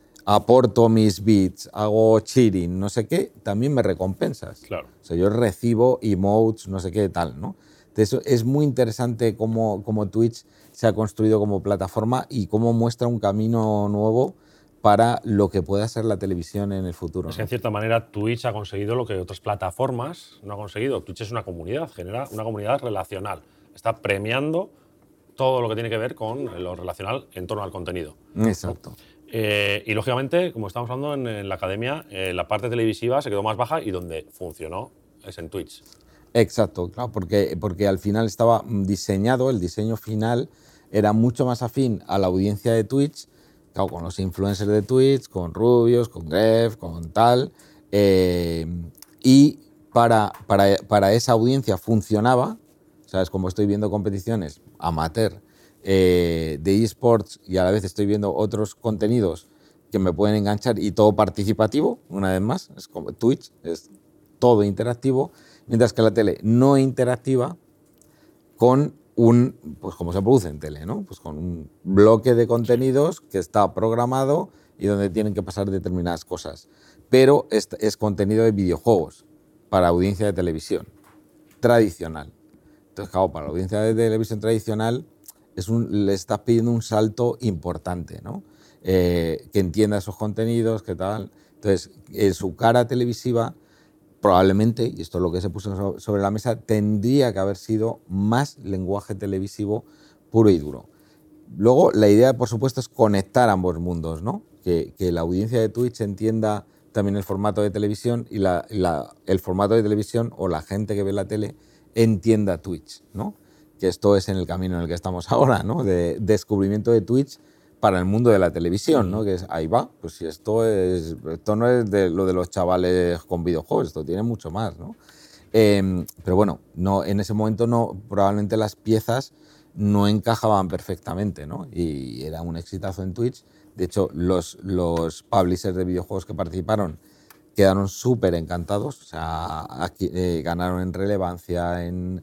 aporto mis bits, hago cheering, no sé qué, también me recompensas. Claro. O sea, yo recibo emotes, no sé qué, tal, ¿no? Entonces, es muy interesante cómo, cómo Twitch se ha construido como plataforma y cómo muestra un camino nuevo para lo que pueda ser la televisión en el futuro, Es ¿no? que en cierta manera Twitch ha conseguido lo que otras plataformas no han conseguido. Twitch es una comunidad, genera una comunidad relacional. Está premiando todo lo que tiene que ver con lo relacional en torno al contenido. Exacto. Eh, y lógicamente, como estamos hablando en, en la academia, eh, la parte televisiva se quedó más baja y donde funcionó es en Twitch. Exacto, claro, porque, porque al final estaba diseñado, el diseño final era mucho más afín a la audiencia de Twitch, claro, con los influencers de Twitch, con Rubius, con Gref, con tal, eh, y para, para, para esa audiencia funcionaba, ¿sabes? Como estoy viendo competiciones amateur eh, de eSports y a la vez estoy viendo otros contenidos que me pueden enganchar y todo participativo, una vez más, es como Twitch, es todo interactivo, mientras que la tele no interactiva con un, pues como se produce en tele, ¿no? Pues con un bloque de contenidos que está programado y donde tienen que pasar determinadas cosas. Pero es, es contenido de videojuegos para audiencia de televisión tradicional. Entonces, claro, para la audiencia de televisión tradicional es un, le estás pidiendo un salto importante, ¿no? Eh, que entienda esos contenidos, que tal. Entonces, en su cara televisiva probablemente, y esto es lo que se puso sobre la mesa, tendría que haber sido más lenguaje televisivo puro y duro. Luego, la idea, por supuesto, es conectar ambos mundos, ¿no? Que, que la audiencia de Twitch entienda también el formato de televisión y la, la, el formato de televisión o la gente que ve la tele entienda Twitch, ¿no? Que esto es en el camino en el que estamos ahora, ¿no? De descubrimiento de Twitch para el mundo de la televisión, ¿no? Que es, ahí va, pues si esto es, esto no es de lo de los chavales con videojuegos, esto tiene mucho más, ¿no? Eh, pero bueno, no, en ese momento no, probablemente las piezas no encajaban perfectamente, ¿no? Y era un exitazo en Twitch. De hecho, los, los publishers de videojuegos que participaron quedaron súper encantados, o sea, aquí, eh, ganaron en relevancia, en,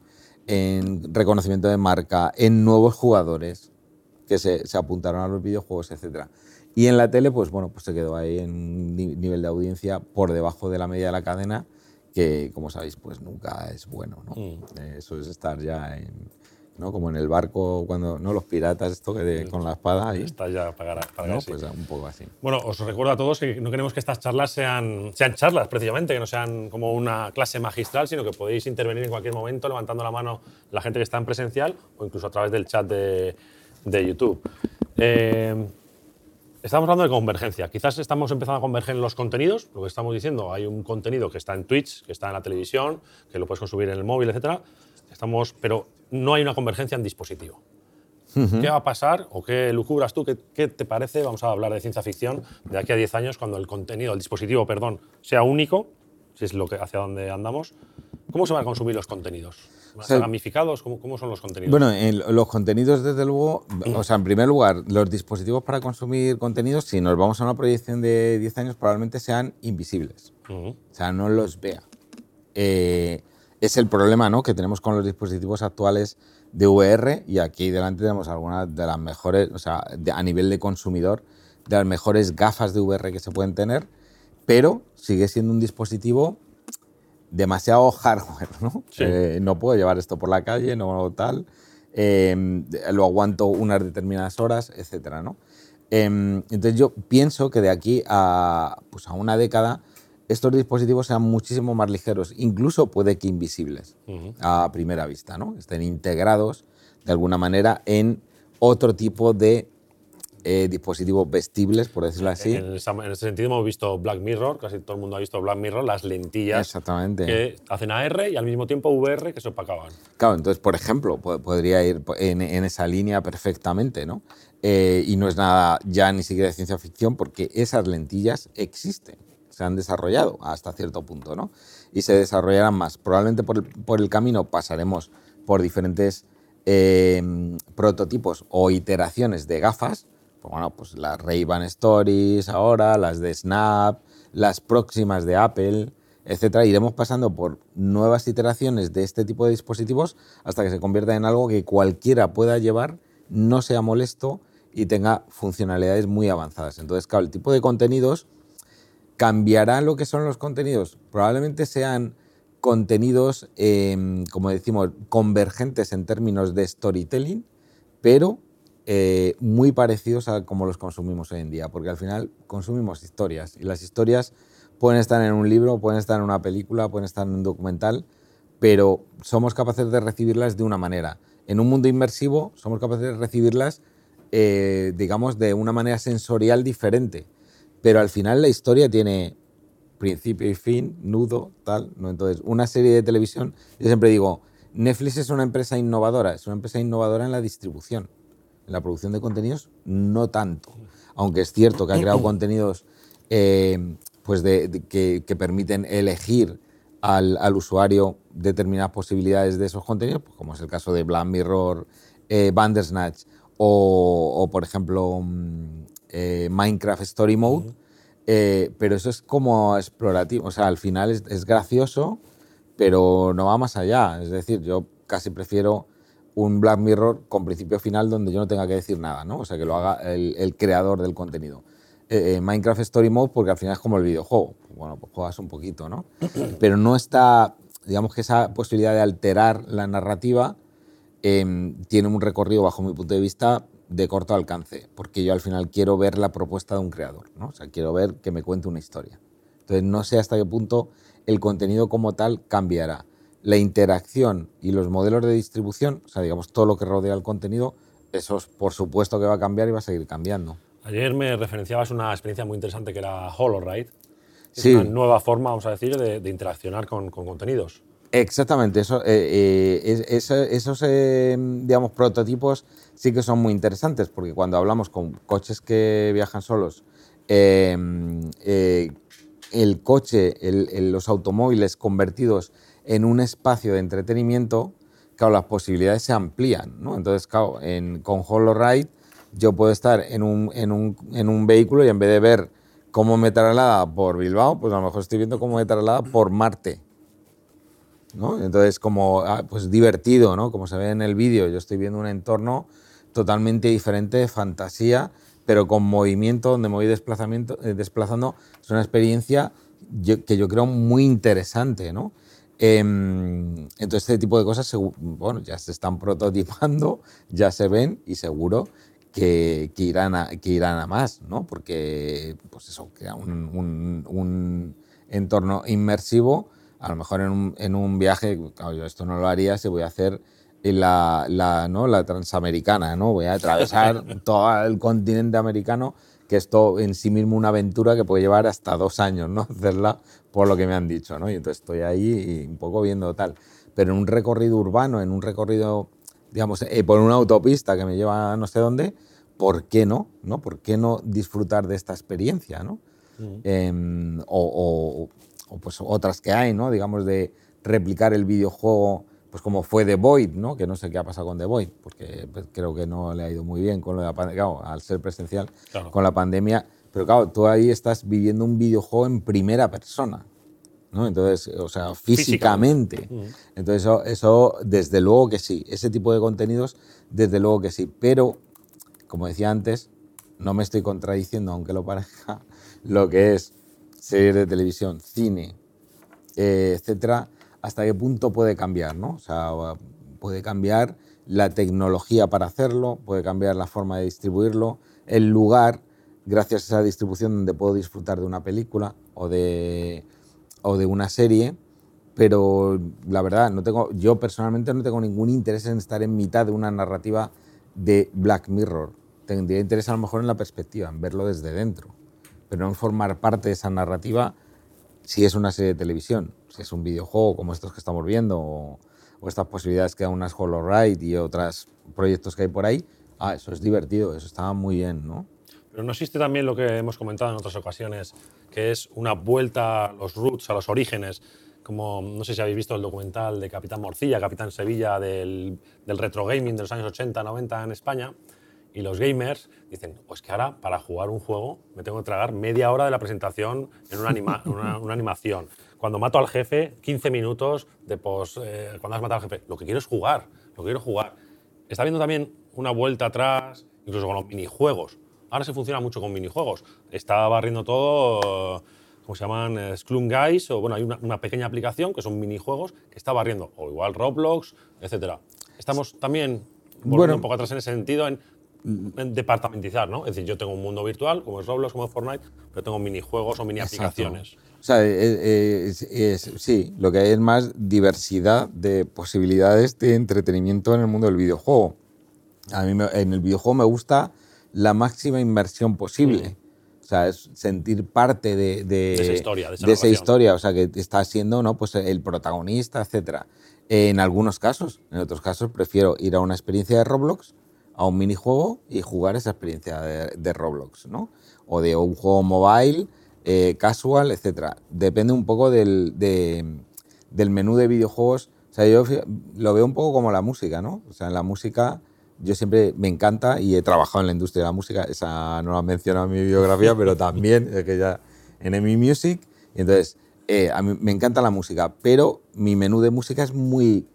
en reconocimiento de marca, en nuevos jugadores que se, se apuntaron a los videojuegos, etcétera. Y en la tele, pues bueno, pues se quedó ahí en un nivel de audiencia por debajo de la media de la cadena, que como sabéis, pues nunca es bueno, ¿no? Mm. Eso es estar ya en, ¿no? Como en el barco, cuando, ¿no? Los piratas, esto que de, con la espada ahí. Está ya para, para ¿no? sí. Pues un poco así. Bueno, os recuerdo a todos que no queremos que estas charlas sean, sean charlas, precisamente, que no sean como una clase magistral, sino que podéis intervenir en cualquier momento levantando la mano la gente que está en presencial o incluso a través del chat de, de YouTube. Eh, estamos hablando de convergencia. Quizás estamos empezando a converger en los contenidos, lo que estamos diciendo. Hay un contenido que está en Twitch, que está en la televisión, que lo puedes consumir en el móvil, etcétera. Estamos, pero no hay una convergencia en dispositivo. Uh-huh. ¿Qué va a pasar o qué lucubras tú? ¿Qué, ¿Qué te parece? Vamos a hablar de ciencia ficción de aquí a diez años, cuando el contenido, el dispositivo, perdón, sea único, si es lo que, hacia dónde andamos. ¿Cómo se van a consumir los contenidos? ¿Van a ser gamificados? ¿Cómo, ¿Cómo son los contenidos? Bueno, en los contenidos, desde luego, o sea, en primer lugar, los dispositivos para consumir contenidos, si nos vamos a una proyección de diez años, probablemente sean invisibles. Uh-huh. O sea, no los vea. Eh, es el problema, ¿no?, que tenemos con los dispositivos actuales de V R, y aquí delante tenemos algunas de las mejores, o sea, de, a nivel de consumidor, de las mejores gafas de V R que se pueden tener, pero sigue siendo un dispositivo demasiado hardware, ¿no? Sí. Eh, no puedo llevar esto por la calle, no tal. eh, lo aguanto unas determinadas horas, etcétera, ¿no? Eh, entonces yo pienso que de aquí a, pues a una década estos dispositivos sean muchísimo más ligeros, incluso puede que invisibles uh-huh. a primera vista, ¿no? Estén integrados de alguna manera en otro tipo de eh, dispositivos vestibles, por decirlo así. En, esa, en ese sentido hemos visto Black Mirror, casi todo el mundo ha visto Black Mirror, las lentillas Exactamente. que hacen A R y al mismo tiempo V R que se opacaban. Claro, entonces, por ejemplo, podría ir en, en esa línea perfectamente, ¿no? Eh, y no es nada ya ni siquiera de ciencia ficción porque esas lentillas existen. Se han desarrollado hasta cierto punto, ¿no? Y se desarrollarán más. Probablemente por el, por el camino pasaremos por diferentes eh, prototipos o iteraciones de gafas. Pues bueno, pues las Ray-Ban Stories ahora, las de Snap, las próximas de Apple, etcétera. Iremos pasando por nuevas iteraciones de este tipo de dispositivos hasta que se convierta en algo que cualquiera pueda llevar, no sea molesto y tenga funcionalidades muy avanzadas. Entonces, claro, el tipo de contenidos ¿cambiará lo que son los contenidos? Probablemente sean contenidos, eh, como decimos, convergentes en términos de storytelling, pero eh, muy parecidos a como los consumimos hoy en día, porque al final consumimos historias y las historias pueden estar en un libro, pueden estar en una película, pueden estar en un documental, pero somos capaces de recibirlas de una manera. En un mundo inmersivo somos capaces de recibirlas, eh, digamos, de una manera sensorial diferente. Pero al final la historia tiene principio y fin, nudo, tal, ¿no? Entonces, una serie de televisión, yo siempre digo, Netflix es una empresa innovadora, es una empresa innovadora en la distribución. En la producción de contenidos, no tanto. Aunque es cierto que ha creado contenidos eh, pues de, de, que, que permiten elegir al, al usuario determinadas posibilidades de esos contenidos, pues como es el caso de Black Mirror, eh, Bandersnatch o, o, por ejemplo, eh, Minecraft Story Mode, uh-huh. eh, pero eso es como explorativo. O sea, al final es, es gracioso, pero no va más allá. Es decir, yo casi prefiero un Black Mirror con principio final donde yo no tenga que decir nada, ¿no? O sea, que lo haga el, el creador del contenido. Eh, eh, Minecraft Story Mode porque al final es como el videojuego. Bueno, pues juegas un poquito, ¿no? Pero no está, digamos que esa posibilidad de alterar la narrativa eh, tiene un recorrido, bajo mi punto de vista, de corto alcance, porque yo al final quiero ver la propuesta de un creador, ¿no? O sea, quiero ver que me cuente una historia. Entonces, no sé hasta qué punto el contenido como tal cambiará. La interacción y los modelos de distribución, o sea, digamos, todo lo que rodea el contenido, eso es, por supuesto que va a cambiar y va a seguir cambiando. Ayer me referenciabas una experiencia muy interesante que era HoloRide. Es sí. una nueva forma, vamos a decir, de, de interaccionar con, con contenidos. Exactamente, eso, eh, eh, es, es, esos eh, digamos, prototipos sí que son muy interesantes, porque cuando hablamos con coches que viajan solos, eh, eh, el coche, el, el, los automóviles convertidos en un espacio de entretenimiento, claro, las posibilidades se amplían, ¿no? Entonces, claro, en, con HoloRide yo puedo estar en un, en, un, en un vehículo y en vez de ver cómo me traslada por Bilbao, pues a lo mejor estoy viendo cómo me traslada por Marte, ¿no? Entonces, como ah, pues divertido, ¿no? Como se ve en el vídeo, yo estoy viendo un entorno totalmente diferente, de fantasía, pero con movimiento, donde me voy desplazamiento, eh, desplazando. Es una experiencia yo, que yo creo muy interesante, ¿no? Eh, entonces, este tipo de cosas, bueno, ya se están prototipando, ya se ven y seguro que, que, irán, a, que irán a más, ¿no? Porque, pues eso, crea un, un, un entorno inmersivo. A lo mejor en un, en un viaje, claro, yo esto no lo haría si voy a hacer la, la, ¿no? la transamericana, ¿no? Voy a atravesar todo el continente americano, que esto en sí mismo una aventura que puede llevar hasta dos años, ¿no? Hacerla por lo que me han dicho, ¿no? Y entonces estoy ahí y un poco viendo tal. Pero en un recorrido urbano, en un recorrido, digamos, eh, por una autopista que me lleva a no sé dónde, ¿por qué no? ¿no? ¿Por qué no disfrutar de esta experiencia, ¿no? Mm. Eh, o, o, o pues otras que hay, ¿no? Digamos, de replicar el videojuego, pues como fue The Void, ¿no? Que no sé qué ha pasado con The Void, porque pues, creo que no le ha ido muy bien con lo de la pandemia, claro, al ser presencial, claro, con la pandemia. Pero claro, tú ahí estás viviendo un videojuego en primera persona, ¿no? Entonces, o sea, físicamente. físicamente. Entonces, eso, eso, desde luego que sí. Ese tipo de contenidos, desde luego que sí. Pero, como decía antes, no me estoy contradiciendo, aunque lo parezca, lo que es series de televisión, cine, eh, etcétera, hasta qué punto puede cambiar, ¿no? O sea, puede cambiar la tecnología para hacerlo, puede cambiar la forma de distribuirlo, el lugar, gracias a esa distribución donde puedo disfrutar de una película o de, o de una serie, pero la verdad, no tengo, yo personalmente no tengo ningún interés en estar en mitad de una narrativa de Black Mirror. Tendría interés a lo mejor en la perspectiva, en verlo desde dentro, pero no en formar parte de esa narrativa si es una serie de televisión, si es un videojuego como estos que estamos viendo o, o estas posibilidades que dan unas HoloRide y otros proyectos que hay por ahí. Ah, eso es divertido, eso está muy bien, ¿no? Pero no existe también lo que hemos comentado en otras ocasiones, que es una vuelta a los roots, a los orígenes, como no sé si habéis visto el documental de Capitán Morcilla, Capitán Sevilla, del, del retro gaming de los años ochenta, noventa en España, y los gamers dicen, pues que ahora para jugar un juego me tengo que tragar media hora de la presentación en una, anima, una, una animación. Cuando mato al jefe, quince minutos de pos, eh, cuando has matado al jefe. Lo que quiero es jugar, lo que quiero es jugar. Está habiendo también una vuelta atrás, incluso con los minijuegos. Ahora se funciona mucho con minijuegos. Está barriendo todo, ¿cómo se llaman? Eh, Scrum Guys, o bueno, hay una, una pequeña aplicación que son minijuegos que está barriendo, o igual Roblox, etcétera. Estamos también volviendo Bueno, un poco atrás en ese sentido, en, en departamentizar, ¿no? Es decir, yo tengo un mundo virtual, como es Roblox, como es Fortnite, pero tengo minijuegos o mini aplicaciones. O sea, es, es, es, sí, lo que hay es más diversidad de posibilidades de entretenimiento en el mundo del videojuego. A mí me, en el videojuego me gusta la máxima inmersión posible. Mm. O sea, es sentir parte de, de, de esa historia, de esa, de esa historia, o sea, que está siendo, ¿no?, pues el protagonista, etcétera. En algunos casos, en otros casos prefiero ir a una experiencia de Roblox, a un minijuego y jugar esa experiencia de, de Roblox, ¿no? O de un juego mobile, eh, casual, etcétera. Depende un poco del, de, del menú de videojuegos. O sea, yo lo veo un poco como la música, ¿no? O sea, en la música yo siempre me encanta y he trabajado en la industria de la música. Esa no la he mencionado en mi biografía, pero también es que ya en EMI Music. Y entonces, eh, a mí me encanta la música, pero mi menú de música es muy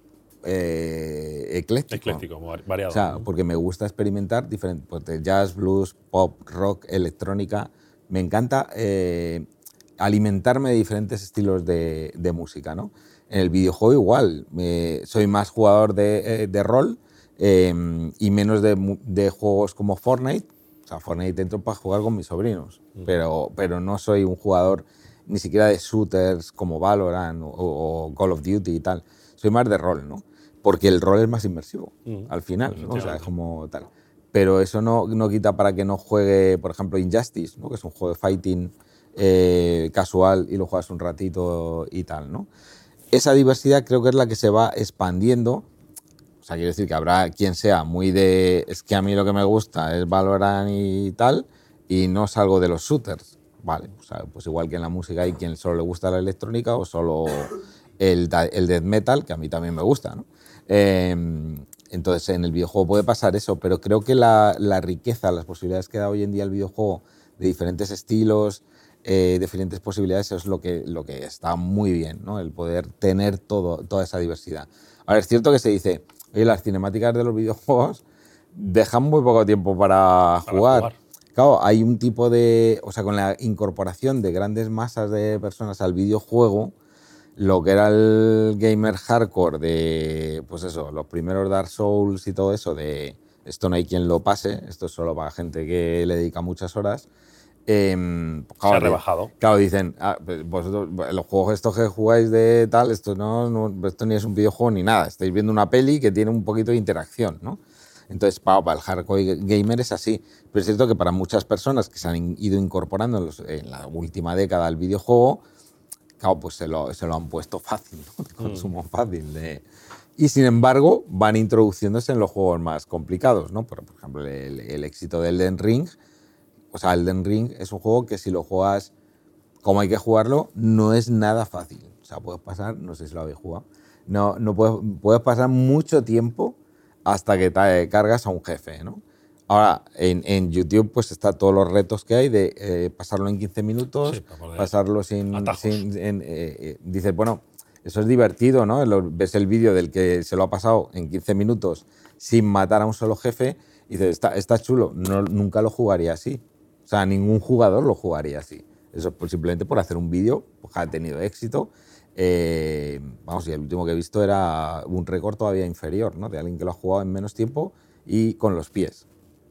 eh, ecléctico. Ecléctico, variado. O sea, porque me gusta experimentar diferentes, pues, de jazz, blues, pop, rock, electrónica. Me encanta eh, alimentarme de diferentes estilos de, de música, ¿no? En el videojuego igual. Me, soy más jugador de, de rol eh, y menos de, de juegos como Fortnite. O sea, Fortnite entro para jugar con mis sobrinos, mm. pero, pero no soy un jugador ni siquiera de shooters como Valorant o, o Call of Duty y tal. Soy más de rol, ¿no? Porque el rol es más inmersivo, mm. al final, ¿no? O sea, es como tal. Pero eso no, no quita para que no juegue, por ejemplo, Injustice, ¿no?, que es un juego de fighting eh, casual y lo juegas un ratito y tal, ¿no? Esa diversidad creo que es la que se va expandiendo. O sea, quiero decir que habrá quien sea muy de... Es que a mí lo que me gusta es Valorant y tal, y no salgo de los shooters. Vale, o sea, pues igual que en la música hay quien solo le gusta la electrónica o solo el, el death metal, que a mí también me gusta, ¿no? Eh, entonces, en el videojuego puede pasar eso, pero creo que la, la riqueza, las posibilidades que da hoy en día el videojuego de diferentes estilos, eh, diferentes posibilidades, es lo que, lo que está muy bien, ¿no? El poder tener todo, toda esa diversidad. Ahora, es cierto que se dice, oye, las cinemáticas de los videojuegos dejan muy poco tiempo para, para jugar. jugar. Claro, hay un tipo de... O sea, con la incorporación de grandes masas de personas al videojuego, lo que era el gamer hardcore de, pues eso, los primeros Dark Souls y todo eso, de esto no hay quien lo pase, esto es solo para gente que le dedica muchas horas. Eh, pues claro, se ha rebajado. Claro, dicen, ah, vosotros, los juegos estos que jugáis de tal, esto no, no, esto ni es un videojuego ni nada, estáis viendo una peli que tiene un poquito de interacción, ¿no? Entonces, para, para el hardcore gamer es así. Pero es cierto que para muchas personas que se han ido incorporando en, los, en la última década al videojuego, claro, pues se lo, se lo han puesto fácil, ¿no? De consumo mm. fácil. De... Y sin embargo, van introduciéndose en los juegos más complicados, ¿no? Por, por ejemplo, el, el éxito del Elden Ring. O sea, Elden Ring es un juego que si lo juegas como hay que jugarlo, no es nada fácil. O sea, puedes pasar, no sé si lo habéis jugado, no, no puedes, puedes pasar mucho tiempo hasta que te cargas a un jefe, ¿no? Ahora, en, en YouTube pues está todos los retos que hay de eh, pasarlo en quince minutos, sí, pasarlo sin... sin en, eh, dices, bueno, eso es divertido, ¿no? Lo, ves el vídeo del que se lo ha pasado en quince minutos sin matar a un solo jefe y dices, está, está chulo, no, nunca lo jugaría así. O sea, ningún jugador lo jugaría así. Eso es por- simplemente por hacer un vídeo, pues ha tenido éxito. Eh, vamos, y el último que he visto era un récord todavía inferior, ¿no? De alguien que lo ha jugado en menos tiempo y con los pies.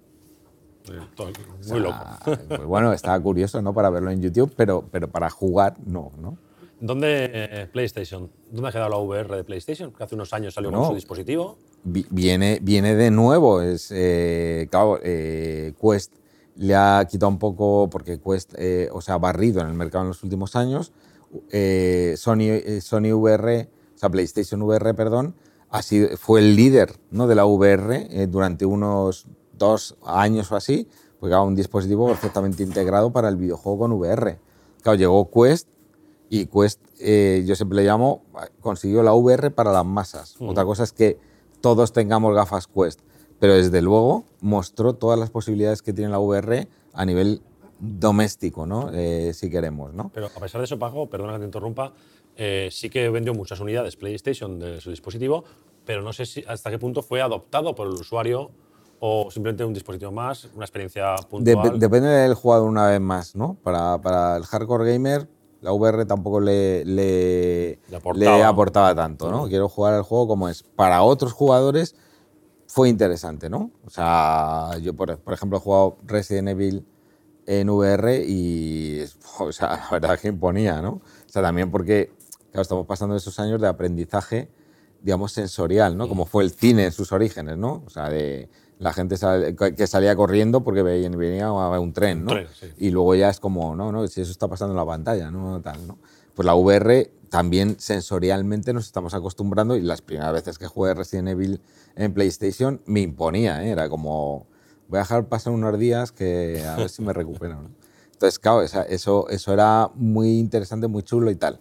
Eh, todo- O Muy sea, loco. pues bueno, estaba curioso, ¿no? Para verlo en YouTube, pero, pero para jugar, no, ¿no? ¿Dónde eh, PlayStation? ¿Dónde ha quedado la V R de PlayStation? Que hace unos años salió Bueno, con su dispositivo. Vi- Viene, viene de nuevo. Es, eh, claro, eh, Quest le ha quitado un poco, porque Quest eh, o sea, ha barrido en el mercado en los últimos años. Eh, Sony, eh, Sony V R, o sea, PlayStation V R, perdón, ha sido, fue el líder, ¿no? de la V R eh, durante unos dos años o así, porque era un dispositivo perfectamente integrado para el videojuego con V R. Claro, llegó Quest y Quest, eh, yo siempre le llamo, consiguió la V R para las masas. Mm. Otra cosa es que todos tengamos gafas Quest, pero desde luego mostró todas las posibilidades que tiene la V R a nivel doméstico, ¿no? Eh, si queremos, ¿no? Pero a pesar de eso, Paco, perdona que te interrumpa, eh, sí que vendió muchas unidades PlayStation de su dispositivo, pero no sé si hasta qué punto fue adoptado por el usuario o simplemente un dispositivo más, una experiencia Dep- puntual. depende del jugador una vez más, ¿no? Para, para el hardcore gamer, la V R tampoco le, le, Le aportaba. le aportaba tanto, ¿no? Mm. Quiero jugar al juego como es. Para otros jugadores fue interesante, ¿no? O sea, yo, por, por ejemplo, he jugado Resident Evil en V R y, o sea, la verdad que imponía, ¿no? O sea, también porque, claro, estamos pasando esos años de aprendizaje, digamos, sensorial, ¿no? Como fue el cine en sus orígenes, ¿no? O sea, de la gente sal- que salía corriendo porque veía, venía un tren, ¿no? Un tren, sí. Y luego ya es como, no, no, si eso está pasando en la pantalla, ¿no? Tal, ¿no? Pues la V R también sensorialmente nos estamos acostumbrando y las primeras veces que jugué Resident Evil en PlayStation me imponía, ¿eh? Era como, voy a dejar pasar unos días que a ver si me recupero, ¿no? Entonces, claro, esa- eso, eso era muy interesante, muy chulo y tal.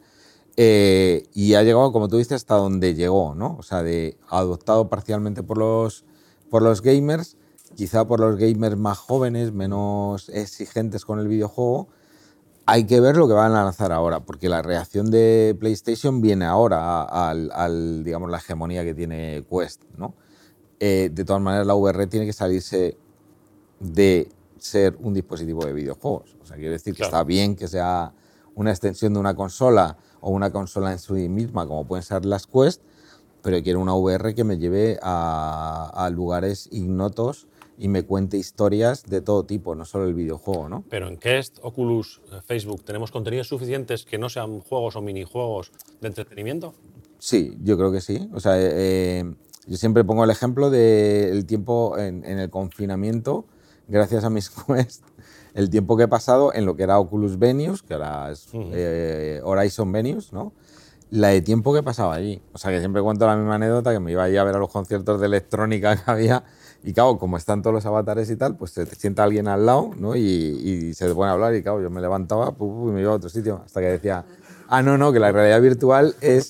Eh, y ha llegado, como tú dices, hasta donde llegó, ¿no? O sea, de, adoptado parcialmente por los, por los gamers, quizá por los gamers más jóvenes, menos exigentes con el videojuego. Hay que ver lo que van a lanzar ahora, porque la reacción de PlayStation viene ahora a- al, al, digamos, la hegemonía que tiene Quest, ¿no? Eh, de todas maneras, la V R tiene que salirse de ser un dispositivo de videojuegos. O sea, quiere decir que Claro. está bien que sea una extensión de una consola o una consola en sí misma, como pueden ser las Quest, pero quiero una V R que me lleve a, a lugares ignotos y me cuente historias de todo tipo, no solo el videojuego, ¿no? Pero en Quest, Oculus, eh, Facebook, ¿tenemos contenidos suficientes que no sean juegos o minijuegos de entretenimiento? Sí, yo creo que sí. O sea, eh, yo siempre pongo el ejemplo del tiempo en, en el confinamiento, gracias a mis Quest, el tiempo que he pasado en lo que era Oculus Venues, que ahora es Ujú. eh, Horizon Venues, ¿no? La de tiempo que pasaba allí. O sea, que siempre cuento la misma anécdota, que me iba allí a ver a los conciertos de electrónica que había y, claro, como están todos los avatares y tal, pues se te sienta alguien al lado, ¿no? Y, y se te pone a hablar y, claro, yo me levantaba pu, pu, y me iba a otro sitio hasta que decía, ah, no, no, que la realidad virtual es...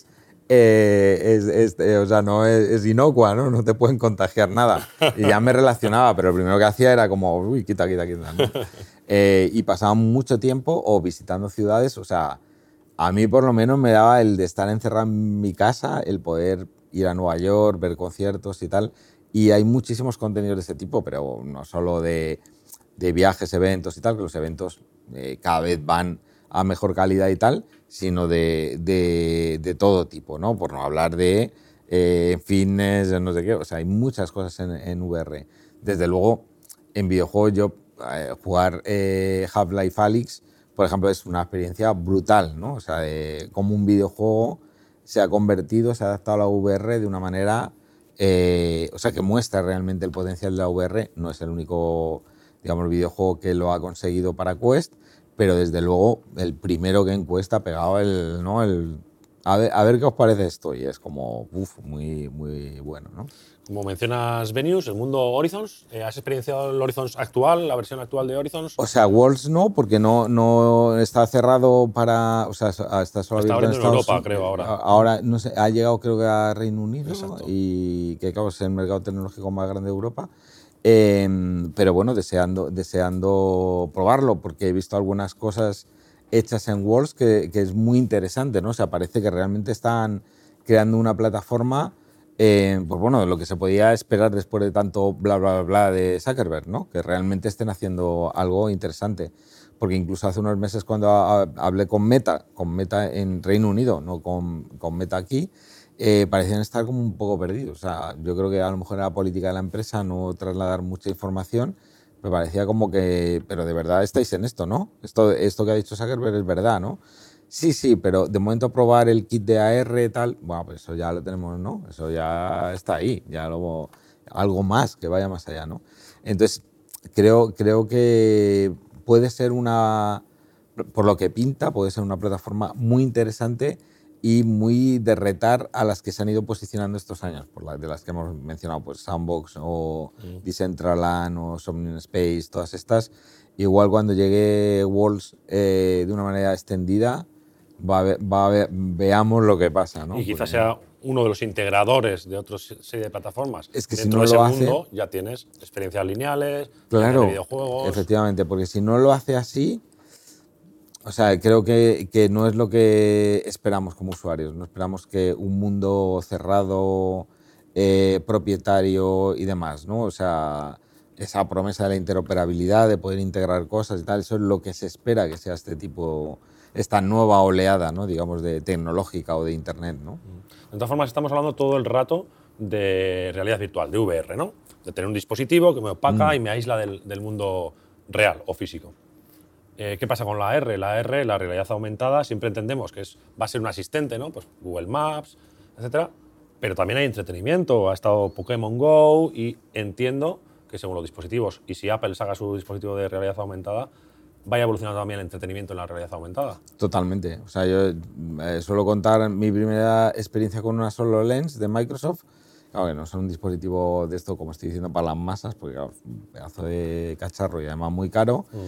eh, es, es, eh, o sea, no es, es inocua, ¿no? No te pueden contagiar nada. Y ya me relacionaba, pero lo primero que hacía era como, uy, quita, quita, quita, ¿no? Eh, y pasaba mucho tiempo o visitando ciudades, o sea, a mí por lo menos me daba el de estar encerrado en mi casa, el poder ir a Nueva York, ver conciertos y tal. Y hay muchísimos contenidos de ese tipo, pero no solo de, de viajes, eventos y tal, que los eventos eh, cada vez van a mejor calidad y tal, sino de, de, de todo tipo, ¿no? Por no hablar de eh, fitness, no sé qué. O sea, hay muchas cosas en, en V R. Desde luego, en videojuegos yo eh, jugar eh, Half-Life Alyx, por ejemplo, es una experiencia brutal, ¿no? O sea, de cómo un videojuego se ha convertido, se ha adaptado a la V R de una manera, eh, o sea, que muestra realmente el potencial de la V R. No es el único, digamos, videojuego que lo ha conseguido para Quest, pero desde luego el primero que en Quest ha pegado el, ¿no? el a ver, a ver qué os parece esto, y es como, uff, muy, muy bueno, ¿no? Como mencionas Venues, el mundo Horizons, eh, ¿has experienciado el Horizons actual, la versión actual de Horizons? O sea, Worlds no, porque no, no está cerrado para, o sea, está solo Está abierto abriendo en Estados Europa, Unidos. creo, ahora. Ahora, no sé, ha llegado creo que a Reino Unido. Exacto. Y que, claro, es el mercado tecnológico más grande de Europa. Eh, pero bueno, deseando, deseando probarlo, porque he visto algunas cosas hechas en Worlds que, que es muy interesante, ¿no? O sea, parece que realmente están creando una plataforma, eh, pues bueno, de lo que se podía esperar después de tanto bla, bla, bla, bla de Zuckerberg, ¿no? Que realmente estén haciendo algo interesante. porque incluso hace unos meses cuando a, a, hablé con Meta, con Meta en Reino Unido, no con, con Meta aquí, eh, parecían estar como un poco perdidos. O sea, yo creo que a lo mejor era política de la empresa no trasladar mucha información, me parecía como que, pero de verdad estáis en esto, ¿no? Esto, esto que ha dicho Zuckerberg es verdad, ¿no? Sí, sí, pero de momento probar el kit de A R tal, bueno, pues eso ya lo tenemos, ¿no? Eso ya está ahí, ya luego algo más que vaya más allá, ¿no? Entonces, creo, creo que puede ser una, por lo que pinta, puede ser una plataforma muy interesante y muy de retar a las que se han ido posicionando estos años, por la, de las que hemos mencionado, pues Sandbox o mm. Decentraland o Somnium Space, todas estas. Igual cuando llegue Walls eh, de una manera extendida, va a ver, va a ver, veamos lo que pasa, ¿no? Y quizás sea uno de los integradores de otra serie de plataformas. Es que dentro si no de ese lo mundo hace, ya tienes experiencias lineales, claro, de videojuegos. Efectivamente, porque si no lo hace así, o sea, creo que, que no es lo que esperamos como usuarios. No esperamos que un mundo cerrado, eh, propietario y demás, ¿no? O sea, esa promesa de la interoperabilidad, de poder integrar cosas y tal, eso es lo que se espera que sea este tipo, esta nueva oleada, ¿no? Digamos, de tecnológica o de Internet, ¿no? De todas formas, estamos hablando todo el rato de realidad virtual, de V R, ¿no? De tener un dispositivo que me opaca mm. y me aísla del, del mundo real o físico. Eh, ¿Qué pasa con la R? La R, la realidad aumentada, siempre entendemos que es, va a ser un asistente, ¿no? Pues Google Maps, etcétera. Pero también hay entretenimiento. Ha estado Pokémon Go y entiendo que según los dispositivos, y si Apple saca su dispositivo de realidad aumentada, vaya evolucionando también el entretenimiento en la realidad aumentada. Totalmente. O sea, yo eh, suelo contar mi primera experiencia con una HoloLens de Microsoft. Claro que no son un dispositivo de esto, como estoy diciendo, para las masas, porque claro, un pedazo de cacharro y además muy caro. Uh-huh.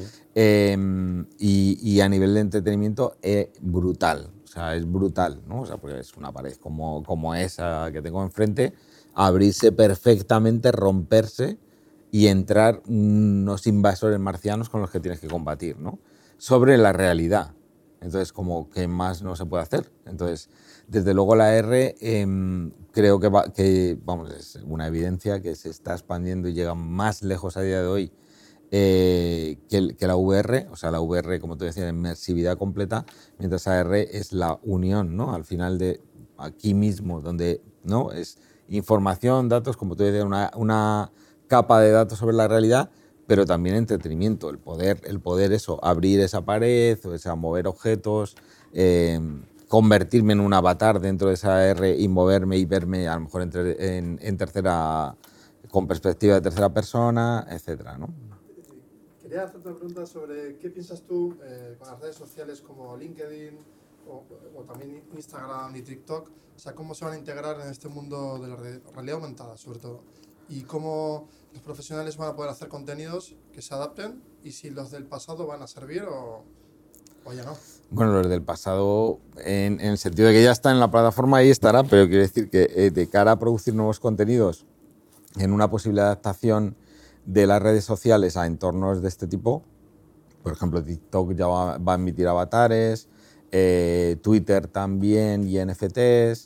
eh, y, y a nivel de entretenimiento es brutal. O sea, es brutal, ¿no? O sea, porque es una pared como, como esa que tengo enfrente, abrirse perfectamente, romperse y entrar unos invasores marcianos con los que tienes que combatir, ¿no? Sobre la realidad. Entonces, como que más no se puede hacer. Entonces, desde luego la R eh, creo que, va, que, vamos, es una evidencia que se está expandiendo y llega más lejos a día de hoy eh, que, que la V R. O sea, la V R, como tú decías, inmersividad completa, mientras la R es la unión, ¿no? Al final de aquí mismo, donde, ¿no? Es información, datos, como tú decías, una, una capa de datos sobre la realidad, pero también entretenimiento, el poder, el poder eso, abrir esa pared, o sea, mover objetos, eh, convertirme en un avatar dentro de esa R y moverme y verme a lo mejor en, en, en tercera, con perspectiva de tercera persona, etcétera, ¿no? Quería hacerte una pregunta sobre qué piensas tú eh, con las redes sociales como LinkedIn o, o también Instagram y TikTok, o sea, cómo se van a integrar en este mundo de la realidad aumentada, sobre todo, y cómo los profesionales van a poder hacer contenidos que se adapten y si los del pasado van a servir o, o ya no. Bueno, los del pasado, en, en el sentido de que ya está en la plataforma, ahí estará, pero quiero decir que eh, de cara a producir nuevos contenidos en una posible adaptación de las redes sociales a entornos de este tipo, por ejemplo, TikTok ya va, va a emitir avatares, eh, Twitter también y N F Ts.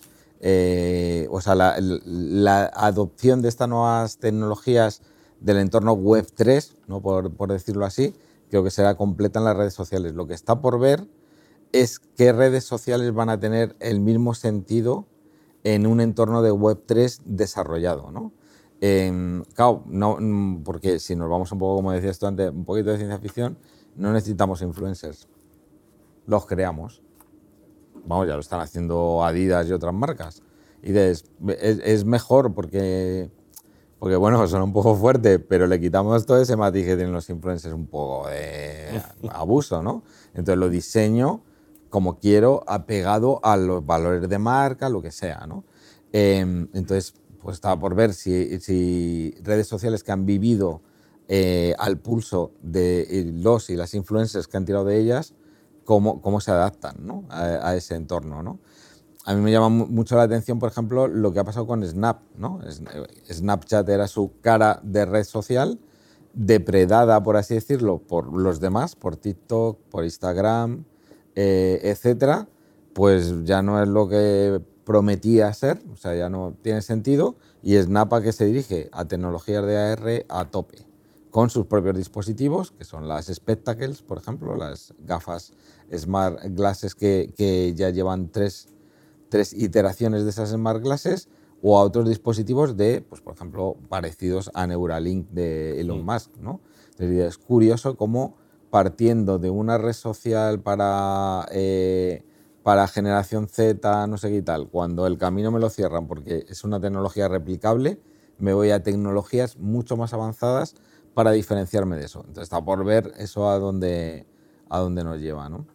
Eh, o sea, la, la adopción de estas nuevas tecnologías del entorno web tres, ¿no? por, por decirlo así, creo que será completa en las redes sociales. Lo que está por ver es qué redes sociales van a tener el mismo sentido en un entorno de web tres desarrollado, ¿no? Eh, claro, no, porque si nos vamos un poco, como decías tú antes, un poquito de ciencia ficción, no necesitamos influencers, los creamos. Vamos, ya lo están haciendo Adidas y otras marcas. Y dices, es, es mejor porque, porque, bueno, suena un poco fuerte, pero le quitamos todo ese matiz que tienen los influencers, un poco de abuso, ¿no? Entonces lo diseño como quiero, apegado a los valores de marca, lo que sea, ¿no? Eh, entonces, pues estaba por ver si, si redes sociales que han vivido eh, al pulso de los y las influencers que han tirado de ellas, Cómo, cómo se adaptan, ¿no? a, a ese entorno, ¿no? A mí me llama mucho la atención, por ejemplo, lo que ha pasado con Snap, ¿no? Snapchat era su cara de red social, depredada, por así decirlo, por los demás, por TikTok, por Instagram, eh, etcétera. Pues ya no es lo que prometía ser, o sea, ya no tiene sentido. Y Snap, ¿a qué se dirige? A tecnologías de A R a tope, con sus propios dispositivos, que son las Spectacles, por ejemplo, las gafas Smart Glasses que, que ya llevan tres, tres iteraciones de esas Smart Glasses, o a otros dispositivos de, pues, por ejemplo, parecidos a Neuralink de Elon Musk, ¿no? Entonces, es curioso cómo, partiendo de una red social para, eh, para generación Z, no sé qué y tal, cuando el camino me lo cierran porque es una tecnología replicable, me voy a tecnologías mucho más avanzadas para diferenciarme de eso. Entonces está por ver eso a dónde, a dónde nos lleva, ¿no?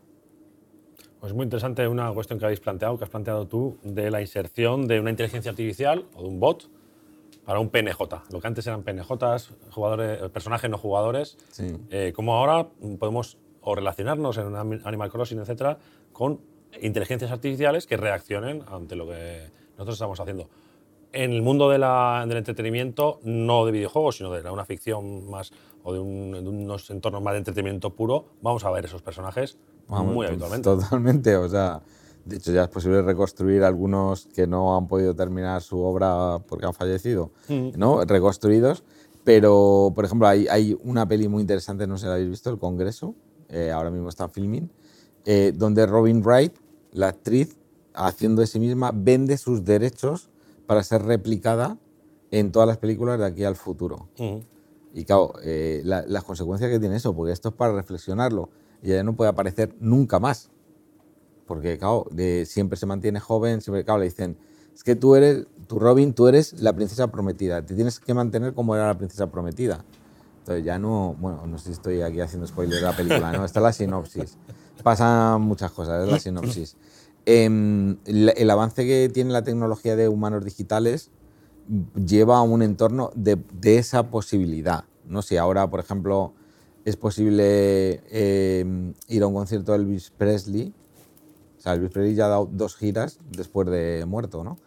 Pues muy interesante una cuestión que habéis planteado, que has planteado tú, de la inserción de una inteligencia artificial o de un bot para un P N J. Lo que antes eran P N Js, jugadores, personajes no jugadores, Sí. eh, como ahora podemos o relacionarnos en un Animal Crossing, etcétera, con inteligencias artificiales que reaccionen ante lo que nosotros estamos haciendo. En el mundo de la, del entretenimiento, no de videojuegos, sino de una ficción más o de, un, de unos entornos más de entretenimiento puro, vamos a ver esos personajes Vamos, muy habitualmente. Totalmente, o sea, de hecho ya es posible reconstruir algunos que no han podido terminar su obra porque han fallecido, mm. ¿no? Reconstruidos, pero por ejemplo hay, hay una peli muy interesante, no sé si la habéis visto, El Congreso, eh, ahora mismo está filming, eh, donde Robin Wright, la actriz, haciendo de sí misma, vende sus derechos para ser replicada en todas las películas de aquí al futuro. Mm. Y claro, eh, la, las consecuencias que tiene eso, porque esto es para reflexionarlo, y ella no puede aparecer nunca más, porque claro, de, siempre se mantiene joven, siempre, claro, le dicen, es que tú eres, tú Robin, tú eres la princesa prometida, te tienes que mantener como era la princesa prometida. Entonces ya no, bueno, no sé si estoy aquí haciendo spoiler de la película, ¿no? Esta es la sinopsis. Pasan muchas cosas, es la sinopsis. Eh, el, el avance que tiene la tecnología de humanos digitales lleva a un entorno de, de esa posibilidad, ¿no? Si ahora, por ejemplo, es posible eh, ir a un concierto de Elvis Presley, o sea, Elvis Presley ya ha dado dos giras después de muerto, ¿no?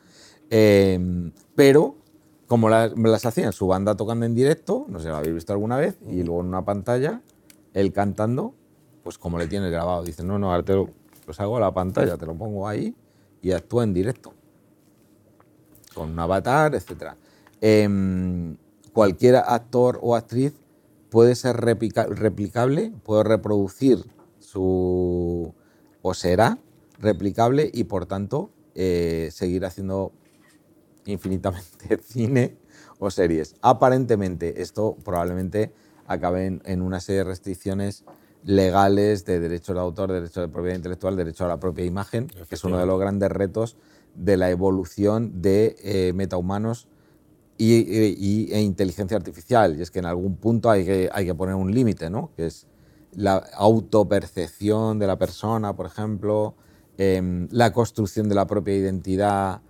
Eh, pero, como las, las hacían, su banda tocando en directo, no sé si lo habéis visto alguna vez, y luego en una pantalla, él cantando, pues como le tienes grabado. Dicen, no, no, ahora te lo, lo salgo a la pantalla, te lo pongo ahí y actúa en directo. Con un avatar, etcétera. Eh, cualquier actor o actriz puede ser replica, replicable, puede reproducir su... o será replicable y, por tanto, eh, seguir haciendo infinitamente cine o series. Aparentemente, esto probablemente acabe en, en una serie de restricciones legales de derechos de autor, derechos de propiedad intelectual, derecho a la propia imagen, que es uno de los grandes retos de la evolución de eh, metahumanos y, y, e inteligencia artificial. Y es que en algún punto hay que, hay que poner un límite, ¿no? Que es la autopercepción de la persona, por ejemplo, eh, la construcción de la propia identidad,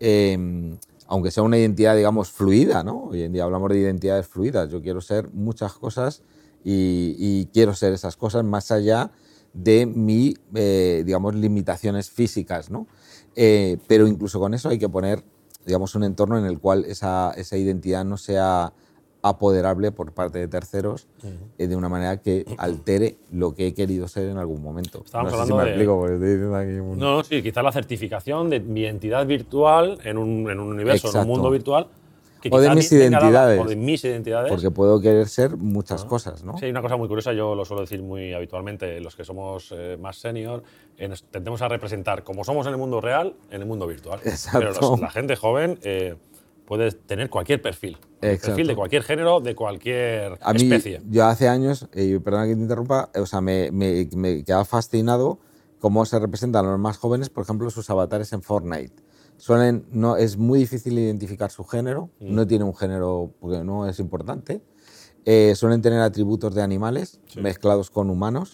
eh, aunque sea una identidad, digamos, fluida, ¿no? Hoy en día hablamos de identidades fluidas. Yo quiero ser muchas cosas y, y quiero ser esas cosas más allá de mis, eh, digamos, limitaciones físicas, ¿no? Eh, pero incluso con eso hay que poner, digamos, un entorno en el cual esa, esa identidad no sea apoderable por parte de terceros, uh-huh. eh, de una manera que altere lo que he querido ser en algún momento. Estábamos no sé hablando si me de... explico, porque estoy diciendo aquí un... No, no, sí, quizás la certificación de mi identidad virtual en un, en un universo, Exacto. en un mundo virtual. Que o de mis identidades. Dada, o de mis identidades. Porque puedo querer ser muchas ah. cosas, ¿no? Sí, hay una cosa muy curiosa, yo lo suelo decir muy habitualmente, los que somos eh, más senior, eh, nos tendemos a representar como somos en el mundo real, en el mundo virtual. Exacto. Pero los, la gente joven eh, puede tener cualquier perfil. Exacto. Perfil de cualquier género, de cualquier a mí, especie. Yo hace años, eh, perdona que te interrumpa, o sea, me, me, me quedaba fascinado cómo se representan a los más jóvenes, por ejemplo, sus avatares en Fortnite. Suelen, no, es muy difícil identificar su género, mm. no tiene un género porque no es importante. Eh, suelen tener atributos de animales sí. mezclados con humanos.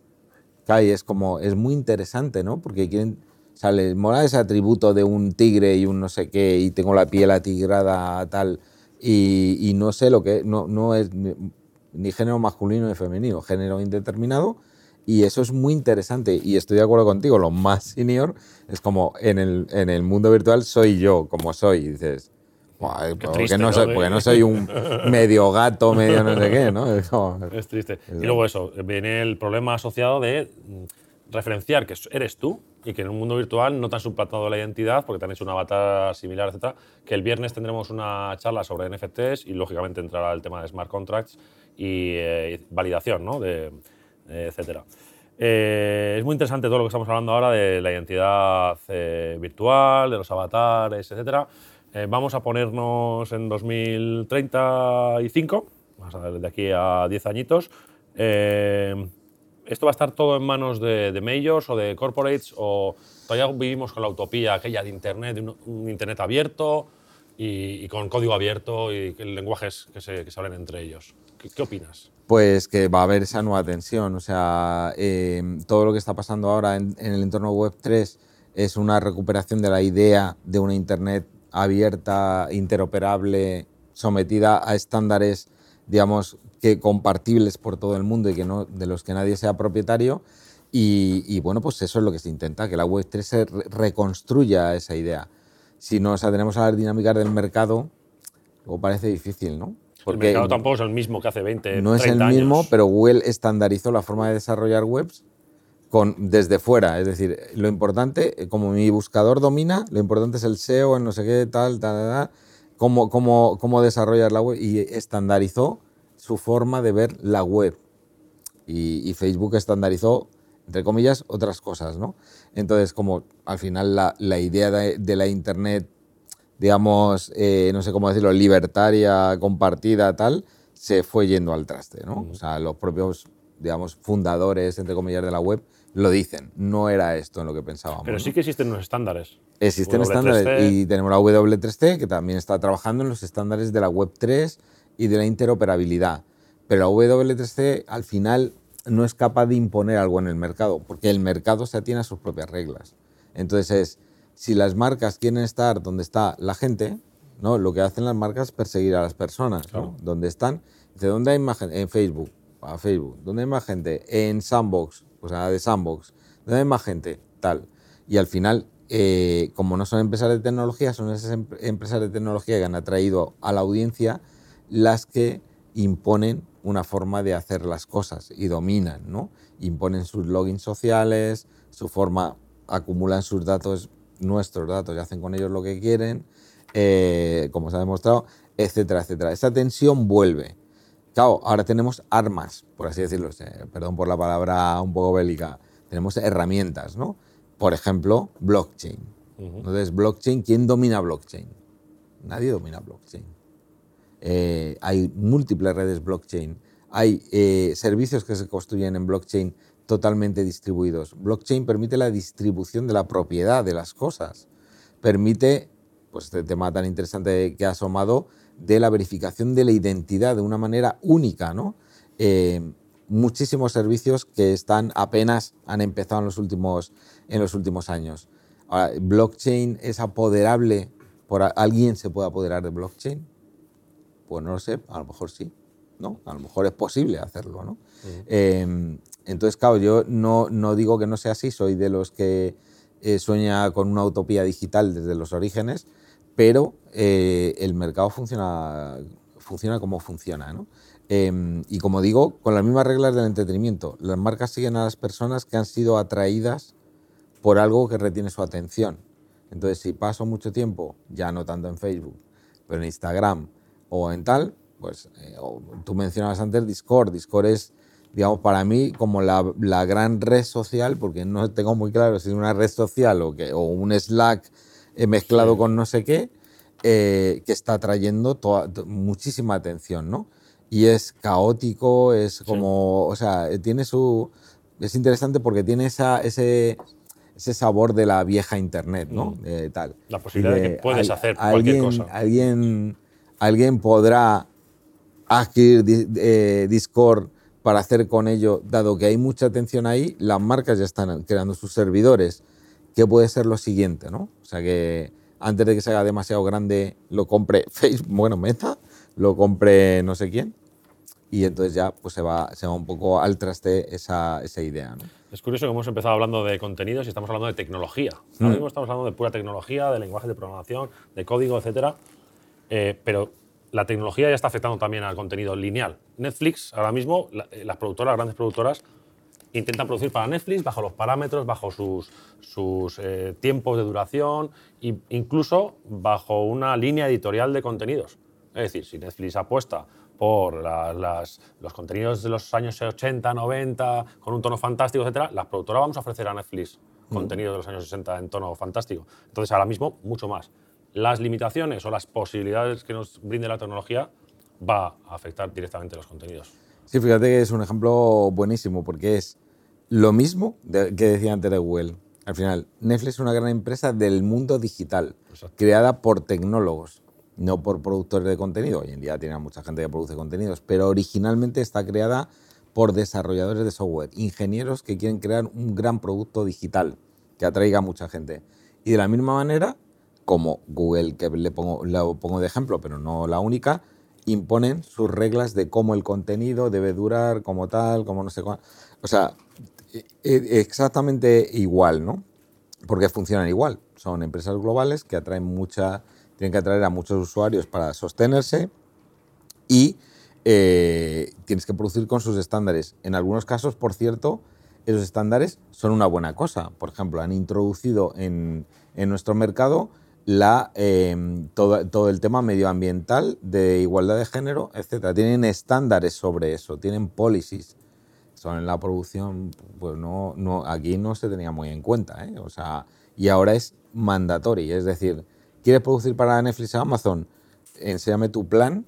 Claro, y es como, es muy interesante, ¿no? Porque quieren, o sea, les mola ese atributo de un tigre y un no sé qué, y tengo la piel atigrada, tal, y, y no sé lo que, no, no es ni, ni género masculino ni femenino, género indeterminado. Y eso es muy interesante y estoy de acuerdo contigo, lo más senior es como en el, en el mundo virtual soy yo, como soy, y dices, porque, triste, no soy, ¿no? porque no soy un medio gato, medio no sé qué, ¿no? Es, como, es triste. Es y luego eso, viene el problema asociado de referenciar que eres tú y que en un mundo virtual no te han suplantado la identidad porque te han hecho un avatar similar, etcétera. Que el viernes tendremos una charla sobre N F Ts y lógicamente entrará el tema de smart contracts y eh, validación, ¿no? de, eh, etcétera. Eh, es muy interesante todo lo que estamos hablando ahora de la identidad eh, virtual, de los avatares, etcétera. Eh, vamos a ponernos en dos mil treinta y cinco, vamos a ver de aquí a diez añitos. Eh, ¿Esto va a estar todo en manos de, de majors o de corporates o todavía vivimos con la utopía aquella de Internet, de un, un Internet abierto y, y con código abierto y lenguajes que se, que se hablen entre ellos? ¿Qué, qué opinas? Pues que va a haber esa nueva tensión. O sea, eh, todo lo que está pasando ahora en, en el entorno web tres es una recuperación de la idea de una Internet abierta, interoperable, sometida a estándares, digamos, que compartibles por todo el mundo y que no, de los que nadie sea propietario. Y, y bueno, pues eso es lo que se intenta, que la web tres se re reconstruya esa idea. Si nos atenemos a las dinámicas del mercado, luego parece difícil, ¿no? Porque el mercado tampoco es el mismo que hace veinte, no es el años. mismo, pero Google estandarizó la forma de desarrollar webs con, desde fuera. Es decir, lo importante, como mi buscador domina, lo importante es el S E O, el no sé qué, tal, tal, tal, cómo, cómo, cómo desarrollar la web, y estandarizó su forma de ver la web. Y, y Facebook estandarizó, entre comillas, otras cosas, ¿no? Entonces, como al final la, la idea de, de la Internet, digamos, eh, no sé cómo decirlo, libertaria, compartida, tal, se fue yendo al traste, ¿no? Uh-huh. O sea, los propios, digamos, fundadores, entre comillas, de la web lo dicen. No era esto en lo que pensábamos. Pero sí ¿no? que existen unos estándares. Existen estándares y tenemos la W tres C, que también está trabajando en los estándares de la web tres y de la interoperabilidad. Pero la W tres C, al final, no es capaz de imponer algo en el mercado, porque el mercado se atiene a sus propias reglas. Entonces es... Si las marcas quieren estar donde está la gente, ¿no? Lo que hacen las marcas es perseguir a las personas, ¿no? Claro. ¿Dónde están? Dice, ¿dónde hay más gente? En Facebook, a Facebook. ¿Dónde hay más gente? En Sandbox, pues a de Sandbox. ¿Dónde hay más gente? Tal. Y al final, eh, como no son empresas de tecnología, son esas em empresas de tecnología que han atraído a la audiencia las que imponen una forma de hacer las cosas y dominan, ¿no? Imponen sus logins sociales, su forma, acumulan sus datos, nuestros datos, y hacen con ellos lo que quieren, eh, como se ha demostrado, etcétera, etcétera. Esa tensión vuelve. Claro, ahora tenemos armas, por así decirlo, eh, perdón por la palabra un poco bélica, tenemos herramientas, ¿no? Por ejemplo, blockchain. Uh-huh. Entonces, blockchain, ¿quién domina blockchain? Nadie domina blockchain. Eh, hay múltiples redes blockchain, hay eh, servicios que se construyen en blockchain totalmente distribuidos. Blockchain permite la distribución de la propiedad de las cosas. Permite, pues este tema tan interesante que ha asomado, de la verificación de la identidad de una manera única, ¿no? Eh, muchísimos servicios que están apenas han empezado en los últimos, en los últimos años. Ahora, ¿blockchain es apoderable? ¿Por a, ¿Alguien se puede apoderar de blockchain? Pues no lo sé, a lo mejor sí, ¿no? A lo mejor es posible hacerlo, ¿no? Uh-huh. eh, Entonces, claro, yo no, no digo que no sea así, soy de los que eh, sueña con una utopía digital desde los orígenes, pero eh, el mercado funciona, funciona como funciona, ¿no? Eh, y como digo, con las mismas reglas del entretenimiento, las marcas siguen a las personas que han sido atraídas por algo que retiene su atención. Entonces, si paso mucho tiempo, ya no tanto en Facebook, pero en Instagram o en tal, pues eh, o, tú mencionabas antes Discord, Discord es, digamos, para mí como la, la gran red social, porque no tengo muy claro si es una red social o, que, o un Slack eh, mezclado sí. con no sé qué, eh, que está trayendo toda, to, muchísima atención, ¿no? Y es caótico, es como, sí. o sea, tiene su... Es interesante porque tiene esa, ese, ese sabor de la vieja Internet, ¿no? Mm. Eh, tal. La posibilidad de, de que puedes al, hacer alguien, cualquier cosa. Alguien, alguien podrá adquirir eh, Discord para hacer con ello, dado que hay mucha atención ahí, las marcas ya están creando sus servidores, que puede ser lo siguiente, ¿no? O sea que antes de que se haga demasiado grande, lo compre Facebook, bueno, Meta, lo compre no sé quién, y entonces ya pues se va, se va un poco al traste esa, esa idea, ¿no? Es curioso que hemos empezado hablando de contenidos y estamos hablando de tecnología. Mm. Ahora mismo estamos hablando de pura tecnología, de lenguaje de programación, de código, etcétera, eh, pero la tecnología ya está afectando también al contenido lineal. Netflix, ahora mismo, la, las productoras, grandes productoras, intentan producir para Netflix bajo los parámetros, bajo sus, sus eh, tiempos de duración e incluso bajo una línea editorial de contenidos. Es decir, si Netflix apuesta por la, las, los contenidos de los años ochenta, noventa, con un tono fantástico, etcétera, las productoras vamos a ofrecer a Netflix mm. contenidos de los años sesenta en tono fantástico. Entonces, ahora mismo, mucho más. Las limitaciones o las posibilidades que nos brinde la tecnología va a afectar directamente los contenidos. Sí, fíjate que es un ejemplo buenísimo, porque es lo mismo de, que decía antes de Google. Al final, Netflix es una gran empresa del mundo digital, Exacto. creada por tecnólogos, no por productores de contenido. Hoy en día tiene mucha gente que produce contenidos, pero originalmente está creada por desarrolladores de software, ingenieros que quieren crear un gran producto digital que atraiga a mucha gente. Y de la misma manera, como Google, que le pongo, lo pongo de ejemplo, pero no la única, imponen sus reglas de cómo el contenido debe durar, como tal, como no sé cuál. O sea, exactamente igual, ¿no? Porque funcionan igual. Son empresas globales que atraen mucha, tienen que atraer a muchos usuarios para sostenerse y eh, tienes que producir con sus estándares. En algunos casos, por cierto, esos estándares son una buena cosa. Por ejemplo, han introducido en, en nuestro mercado La, eh, todo, todo el tema medioambiental, de igualdad de género, etcétera. Tienen estándares sobre eso, tienen policies. Son en la producción, pues no, no, aquí no se tenía muy en cuenta, ¿eh? O sea, y ahora es mandatorio. Es decir, ¿quieres producir para Netflix o Amazon? Enséñame tu plan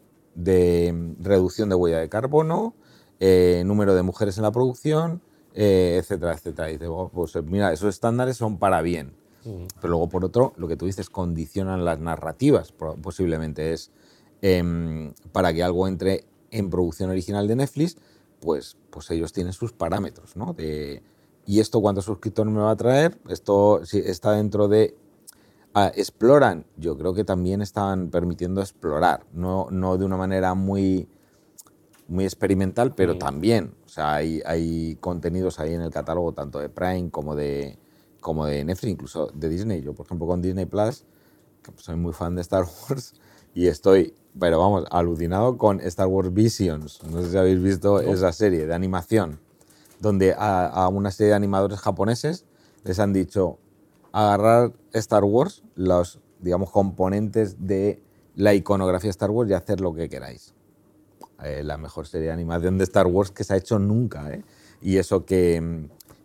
de reducción de huella de carbono, eh, número de mujeres en la producción, eh, etcétera, etcétera. Y dice, oh, pues mira, esos estándares son para bien. Pero luego, por otro, lo que tú dices, condicionan las narrativas, posiblemente es eh, para que algo entre en producción original de Netflix, pues, pues ellos tienen sus parámetros, ¿no? De, ¿y esto cuántos suscriptores me va a traer? Esto si está dentro de... Ah, ¿exploran? Yo creo que también están permitiendo explorar, no, no de una manera muy, muy experimental, pero sí. también. O sea, hay, hay contenidos ahí en el catálogo, tanto de Prime como de... como de Netflix, incluso de Disney. Yo, por ejemplo, con Disney Plus, que soy muy fan de Star Wars, y estoy, pero vamos, alucinado con Star Wars Visions. No sé si habéis visto ¿no? esa serie de animación, donde a, a una serie de animadores japoneses les han dicho agarrar Star Wars, los, digamos, componentes de la iconografía de Star Wars y hacer lo que queráis. Eh, la mejor serie de animación de Star Wars que se ha hecho nunca, ¿eh? Y eso que...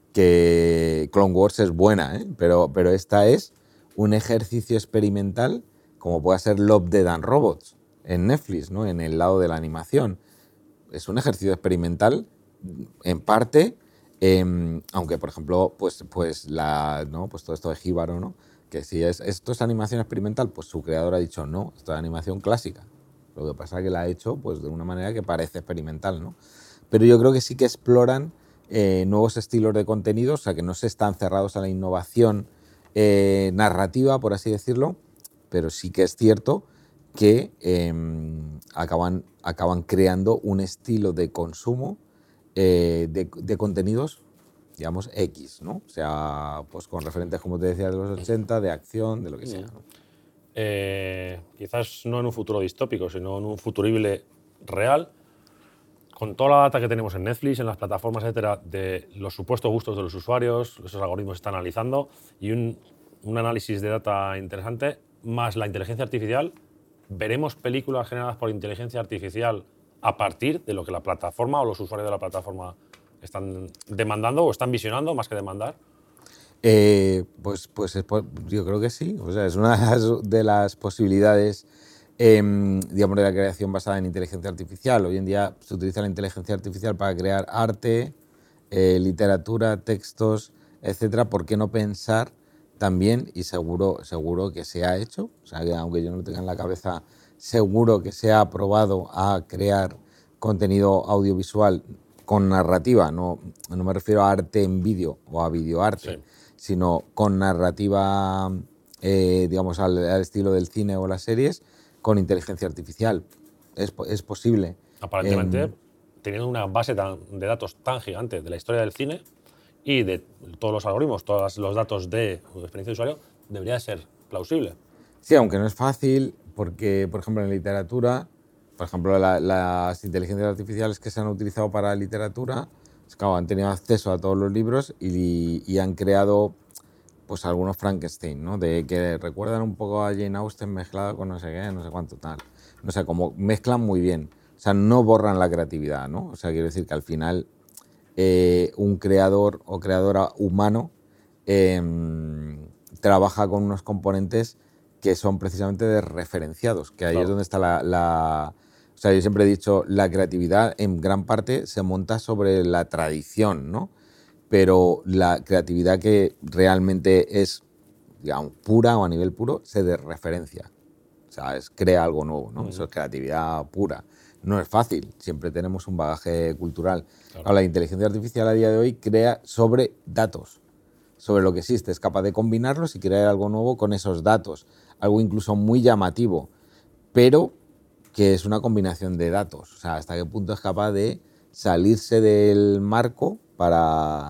que Clone Wars es buena, ¿eh? pero, pero esta es un ejercicio experimental como puede ser Love, Death and Robots en Netflix, ¿no? En el lado de la animación. Es un ejercicio experimental en parte, eh, aunque por ejemplo, pues, pues, la, ¿no? pues todo esto de Jíbaro, ¿no? Que si es, esto es animación experimental, pues su creador ha dicho no, esto es animación clásica. Lo que pasa es que la ha hecho pues, de una manera que parece experimental, ¿no? Pero yo creo que sí que exploran Eh, nuevos estilos de contenido, o sea, que no se están cerrados a la innovación eh, narrativa, por así decirlo, pero sí que es cierto que eh, acaban, acaban creando un estilo de consumo eh, de, de contenidos, digamos, X, ¿no? O sea, pues con referentes, como te decía, de los ochenta, de acción, de lo que sea, ¿no? Eh, quizás no en un futuro distópico, sino en un futurible real, con toda la data que tenemos en Netflix, en las plataformas, etcétera, de los supuestos gustos de los usuarios, esos algoritmos se están analizando y un, un análisis de data interesante, más la inteligencia artificial, veremos películas generadas por inteligencia artificial a partir de lo que la plataforma o los usuarios de la plataforma están demandando o están visionando, más que demandar. Eh, pues, pues yo creo que sí. O sea, es una de las, de las posibilidades Eh, digamos, de la creación basada en inteligencia artificial. Hoy en día se utiliza la inteligencia artificial para crear arte, eh, literatura, textos, etcétera. ¿Por qué no pensar también, y seguro, seguro que se ha hecho, o sea, que aunque yo no lo tenga en la cabeza, seguro que se ha probado a crear contenido audiovisual con narrativa, no, no me refiero a arte en vídeo o a videoarte, sí. sino con narrativa, eh, digamos, al, al estilo del cine o las series, con inteligencia artificial. Es, es posible. Aparentemente, eh, teniendo una base tan, de datos tan gigante de la historia del cine y de todos los algoritmos, todos los datos de experiencia de usuario, debería ser plausible. Sí, aunque no es fácil, porque, por ejemplo, en literatura, por ejemplo, la, las inteligencias artificiales que se han utilizado para literatura, es que, claro, han tenido acceso a todos los libros y, y han creado pues algunos Frankenstein, ¿no? De que recuerdan un poco a Jane Austen mezclada con no sé qué, no sé cuánto tal. No sé, como mezclan muy bien. O sea, no borran la creatividad, ¿no? O sea, quiero decir que al final eh, un creador o creadora humano eh, trabaja con unos componentes que son precisamente desreferenciados, que ahí claro. es donde está la, la... O sea, yo siempre he dicho, la creatividad en gran parte se monta sobre la tradición, ¿no? Pero la creatividad que realmente es, digamos, pura o a nivel puro, se desreferencia. O sea, es, crea algo nuevo, ¿no? Uh-huh. Eso es creatividad pura. No es fácil, siempre tenemos un bagaje cultural. Claro. Ahora, la inteligencia artificial a día de hoy crea sobre datos, sobre lo que existe, es capaz de combinarlos y crear algo nuevo con esos datos, algo incluso muy llamativo, pero que es una combinación de datos. O sea, hasta qué punto es capaz de salirse del marco para...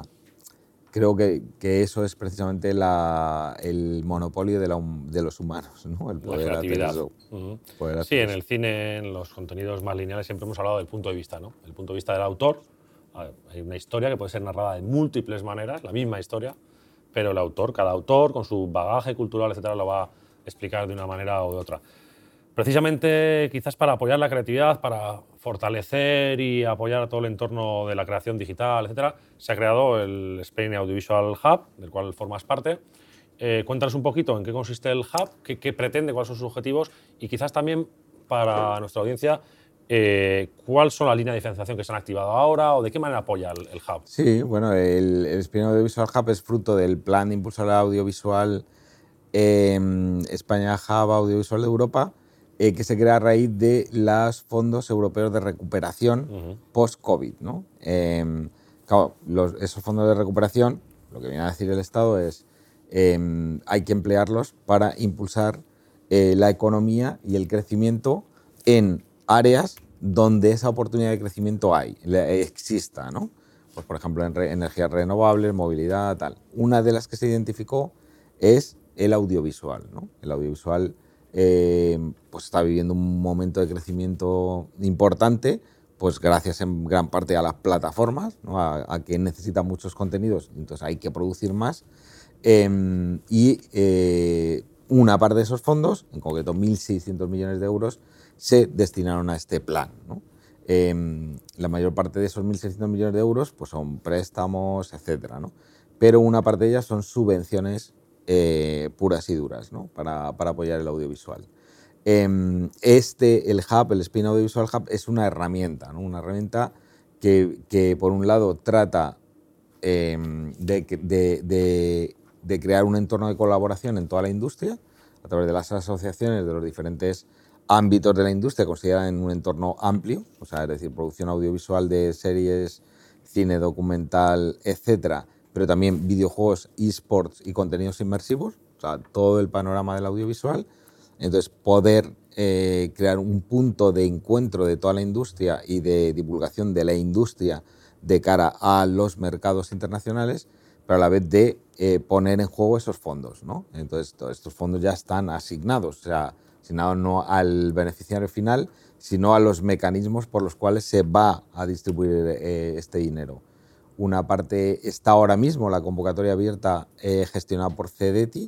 Creo que, que eso es precisamente la, el monopolio de, la, de los humanos, ¿no? El poder la creatividad. Hacer eso, uh-huh. poder hacer sí, en eso. el cine, en los contenidos más lineales, siempre hemos hablado del punto de vista, ¿no? El punto de vista del autor. Hay una historia que puede ser narrada de múltiples maneras, la misma historia, pero el autor, cada autor, con su bagaje cultural, etcétera, lo va a explicar de una manera o de otra. Precisamente, quizás para apoyar la creatividad, para fortalecer y apoyar a todo el entorno de la creación digital, etcétera, se ha creado el Spain Audiovisual Hub, del cual formas parte. Eh, cuéntanos un poquito en qué consiste el Hub, qué, qué pretende, cuáles son sus objetivos y quizás también para nuestra audiencia, eh, ¿cuáles son las líneas de financiación que se han activado ahora o de qué manera apoya el, el Hub? Sí, bueno, el, el Spain Audiovisual Hub es fruto del plan de impulso al audiovisual eh, España Hub Audiovisual de Europa, Eh, que se crea a raíz de los fondos europeos de recuperación uh-huh. post-COVID, ¿no? Eh, claro, los, esos fondos de recuperación, lo que viene a decir el Estado es eh, hay que emplearlos para impulsar eh, la economía y el crecimiento en áreas donde esa oportunidad de crecimiento hay, exista, ¿no? Pues, por ejemplo, en re, energías renovables, movilidad, tal. Una de las que se identificó es el audiovisual, ¿no? El audiovisual Eh, pues está viviendo un momento de crecimiento importante, pues gracias en gran parte a las plataformas, ¿no? a, a que necesitan muchos contenidos, entonces hay que producir más. Eh, y eh, una parte de esos fondos, en concreto mil seiscientos millones de euros, se destinaron a este plan, ¿no? Eh, la mayor parte de esos mil seiscientos millones de euros pues son préstamos, etcétera, ¿no? Pero una parte de ellas son subvenciones Eh, puras y duras, ¿no? para, para apoyar el audiovisual. Eh, este, el Hub, el Spain Audiovisual Hub, es una herramienta, ¿no? Una herramienta que, que, por un lado, trata eh, de, de, de, de crear un entorno de colaboración en toda la industria, a través de las asociaciones de los diferentes ámbitos de la industria, considerada en un entorno amplio, o sea, es decir, producción audiovisual de series, cine documental, etcétera, pero también videojuegos, eSports y contenidos inmersivos, o sea, todo el panorama del audiovisual. Entonces, poder eh, crear un punto de encuentro de toda la industria y de divulgación de la industria de cara a los mercados internacionales, pero a la vez de eh, poner en juego esos fondos, ¿no? Entonces, todos estos fondos ya están asignados, o sea, asignados no al beneficiario final, sino a los mecanismos por los cuales se va a distribuir eh, este dinero. Una parte está ahora mismo, la convocatoria abierta eh, gestionada por CEDETI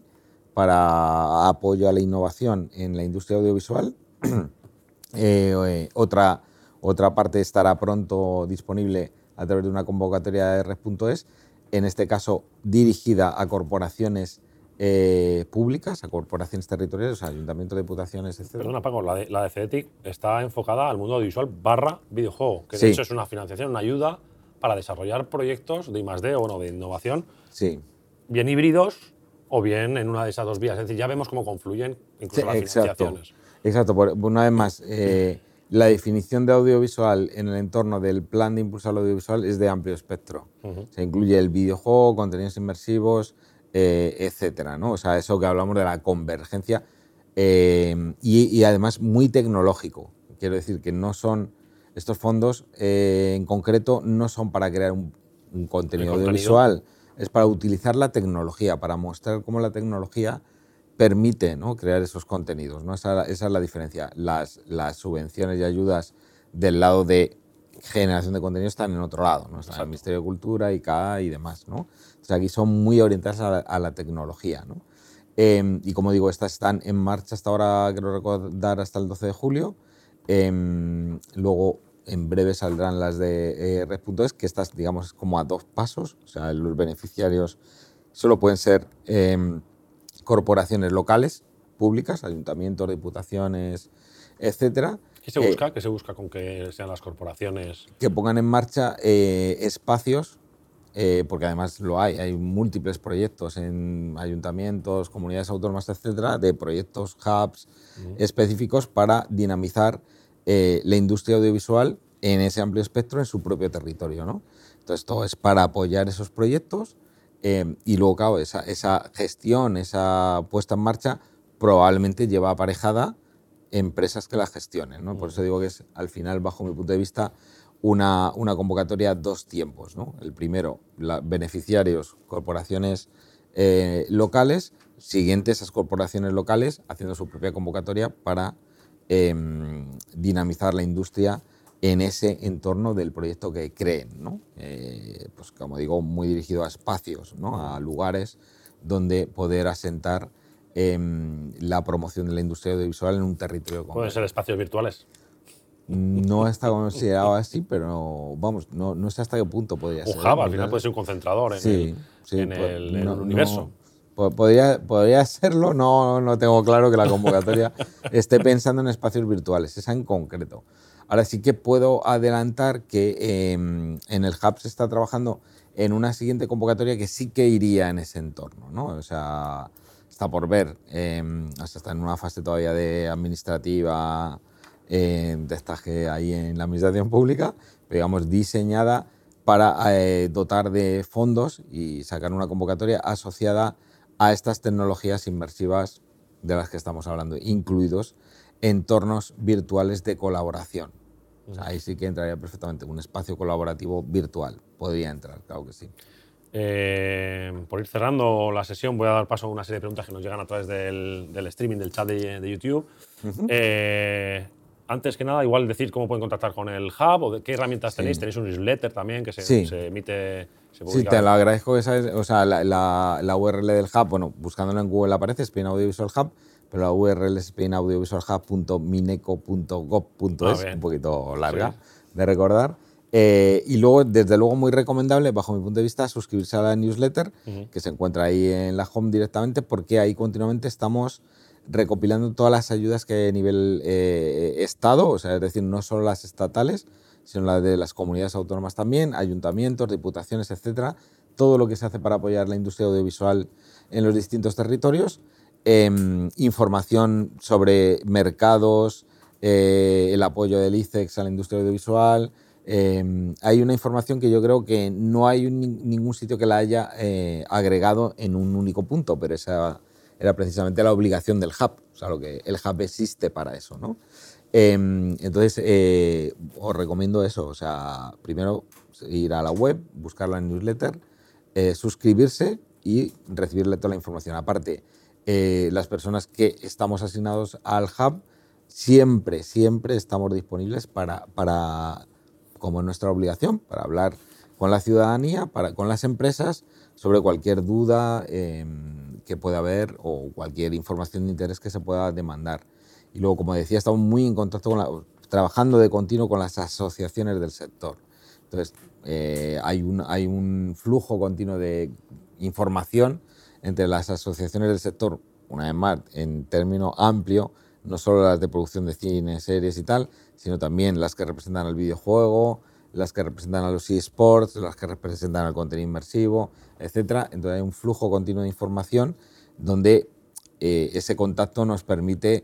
para apoyo a la innovación en la industria audiovisual. eh, eh, otra, otra parte estará pronto disponible a través de una convocatoria de red punto es, en este caso dirigida a corporaciones eh, públicas, a corporaciones territoriales, a ayuntamientos, diputaciones, etcétera. Perdona, Paco, la de, la de CEDETI está enfocada al mundo audiovisual barra videojuego, que de sí. hecho es una financiación, una ayuda para desarrollar proyectos de I más D o bueno, de innovación, sí. bien híbridos o bien en una de esas dos vías. Es decir, ya vemos cómo confluyen incluso sí, las exacto, financiaciones. Exacto. Por, una vez más, eh, la definición de audiovisual en el entorno del plan de impulso al audiovisual es de amplio espectro. Uh-huh. Se incluye el videojuego, contenidos inmersivos, eh, etcétera, ¿no? O sea, eso que hablamos de la convergencia eh, y, y además muy tecnológico. Quiero decir que no son... Estos fondos eh, en concreto no son para crear un, un contenido audiovisual, es para utilizar la tecnología, para mostrar cómo la tecnología permite, ¿no? crear esos contenidos, ¿no? Esa, esa es la diferencia. Las, las subvenciones y ayudas del lado de generación de contenido están en otro lado, ¿no? Está el Ministerio de Cultura, I C A y demás, ¿no? O sea, aquí son muy orientadas a la, a la tecnología, ¿no? Eh, y como digo, estas están en marcha hasta ahora, quiero recordar, hasta el doce de julio. Eh, luego, en breve saldrán las de eh, red punto es, que estas, digamos, es como a dos pasos. O sea, los beneficiarios solo pueden ser eh, corporaciones locales, públicas, ayuntamientos, diputaciones, etcétera. ¿Qué se busca? Eh, ¿Qué se busca con que sean las corporaciones? Que pongan en marcha eh, espacios, eh, porque además lo hay, hay múltiples proyectos en ayuntamientos, comunidades autónomas, etcétera, de proyectos, hubs uh-huh. específicos para dinamizar eh, la industria audiovisual en ese amplio espectro en su propio territorio, ¿no? Entonces, todo es para apoyar esos proyectos eh, y luego, claro, esa, esa gestión, esa puesta en marcha probablemente lleva aparejada empresas que la gestionen, ¿no? Por eso digo que es, al final, bajo mi punto de vista, una, una convocatoria dos tiempos, ¿no? El primero, la, beneficiarios, corporaciones eh, locales, siguiente esas corporaciones locales haciendo su propia convocatoria para eh, dinamizar la industria en ese entorno del proyecto que creen, ¿no? Eh, pues como digo, muy dirigido a espacios, ¿no? A lugares donde poder asentar Eh, la promoción de la industria audiovisual en un territorio concreto. ¿Pueden ser espacios virtuales? No está considerado así, pero vamos, no, no sé hasta qué punto podría un ser. Un hub, al final puede ser un concentrador en sí, el, sí, en pues, el, en no, el universo. No, podría, podría serlo, no, no tengo claro que la convocatoria esté pensando en espacios virtuales, esa en concreto. Ahora sí que puedo adelantar que eh, en el hub se está trabajando en una siguiente convocatoria que sí que iría en ese entorno, ¿no? O sea, está por ver, eh, está en una fase todavía de administrativa, eh, de estas que hay en la administración pública, digamos, diseñada para eh, dotar de fondos y sacar una convocatoria asociada a estas tecnologías inmersivas de las que estamos hablando, incluidos entornos virtuales de colaboración. O sea, ahí sí que entraría perfectamente un espacio colaborativo virtual, podría entrar, claro que sí. Eh, por ir cerrando la sesión, voy a dar paso a una serie de preguntas que nos llegan a través del, del streaming, del chat de, de YouTube. Uh-huh. eh, antes que nada, igual decir cómo pueden contactar con el Hub o de qué herramientas sí. tenéis. Tenéis un newsletter también que se, sí. se emite. Se sí, te lo agradezco. Que sabes, o sea, la, la, la U R L del Hub, bueno, buscándolo en Google aparece Spain Audiovisual Hub, pero la U R L es spain audiovisual hub punto mineco punto gov punto es, ah, un poquito larga sí. de recordar. Eh, y luego, desde luego, muy recomendable, bajo mi punto de vista, suscribirse a la newsletter, uh-huh. que se encuentra ahí en la home directamente, porque ahí continuamente estamos recopilando todas las ayudas que hay a nivel eh, Estado, o sea, es decir, no solo las estatales, sino las de las comunidades autónomas también, ayuntamientos, diputaciones, etcétera, todo lo que se hace para apoyar la industria audiovisual en los distintos territorios, eh, información sobre mercados, eh, el apoyo del I C E X a la industria audiovisual. Eh, hay una información que yo creo que no hay un, ningún sitio que la haya eh, agregado en un único punto, pero esa era precisamente la obligación del Hub, o sea, lo que el Hub existe para eso, ¿no? Eh, entonces, eh, os recomiendo eso, o sea, primero ir a la web, buscar la newsletter, eh, suscribirse y recibirle toda la información. Aparte, eh, las personas que estamos asignados al Hub, siempre, siempre estamos disponibles para... para como es nuestra obligación, para hablar con la ciudadanía, para, con las empresas, sobre cualquier duda eh, que pueda haber o cualquier información de interés que se pueda demandar. Y luego, como decía, estamos muy en contacto, con la, trabajando de continuo con las asociaciones del sector. Entonces, eh, hay, un, hay un flujo continuo de información entre las asociaciones del sector, una vez más, en término amplio, no solo las de producción de cine, series y tal, sino también las que representan al videojuego, las que representan a los eSports, las que representan al contenido inmersivo, etcétera. Entonces hay un flujo continuo de información donde eh, ese contacto nos permite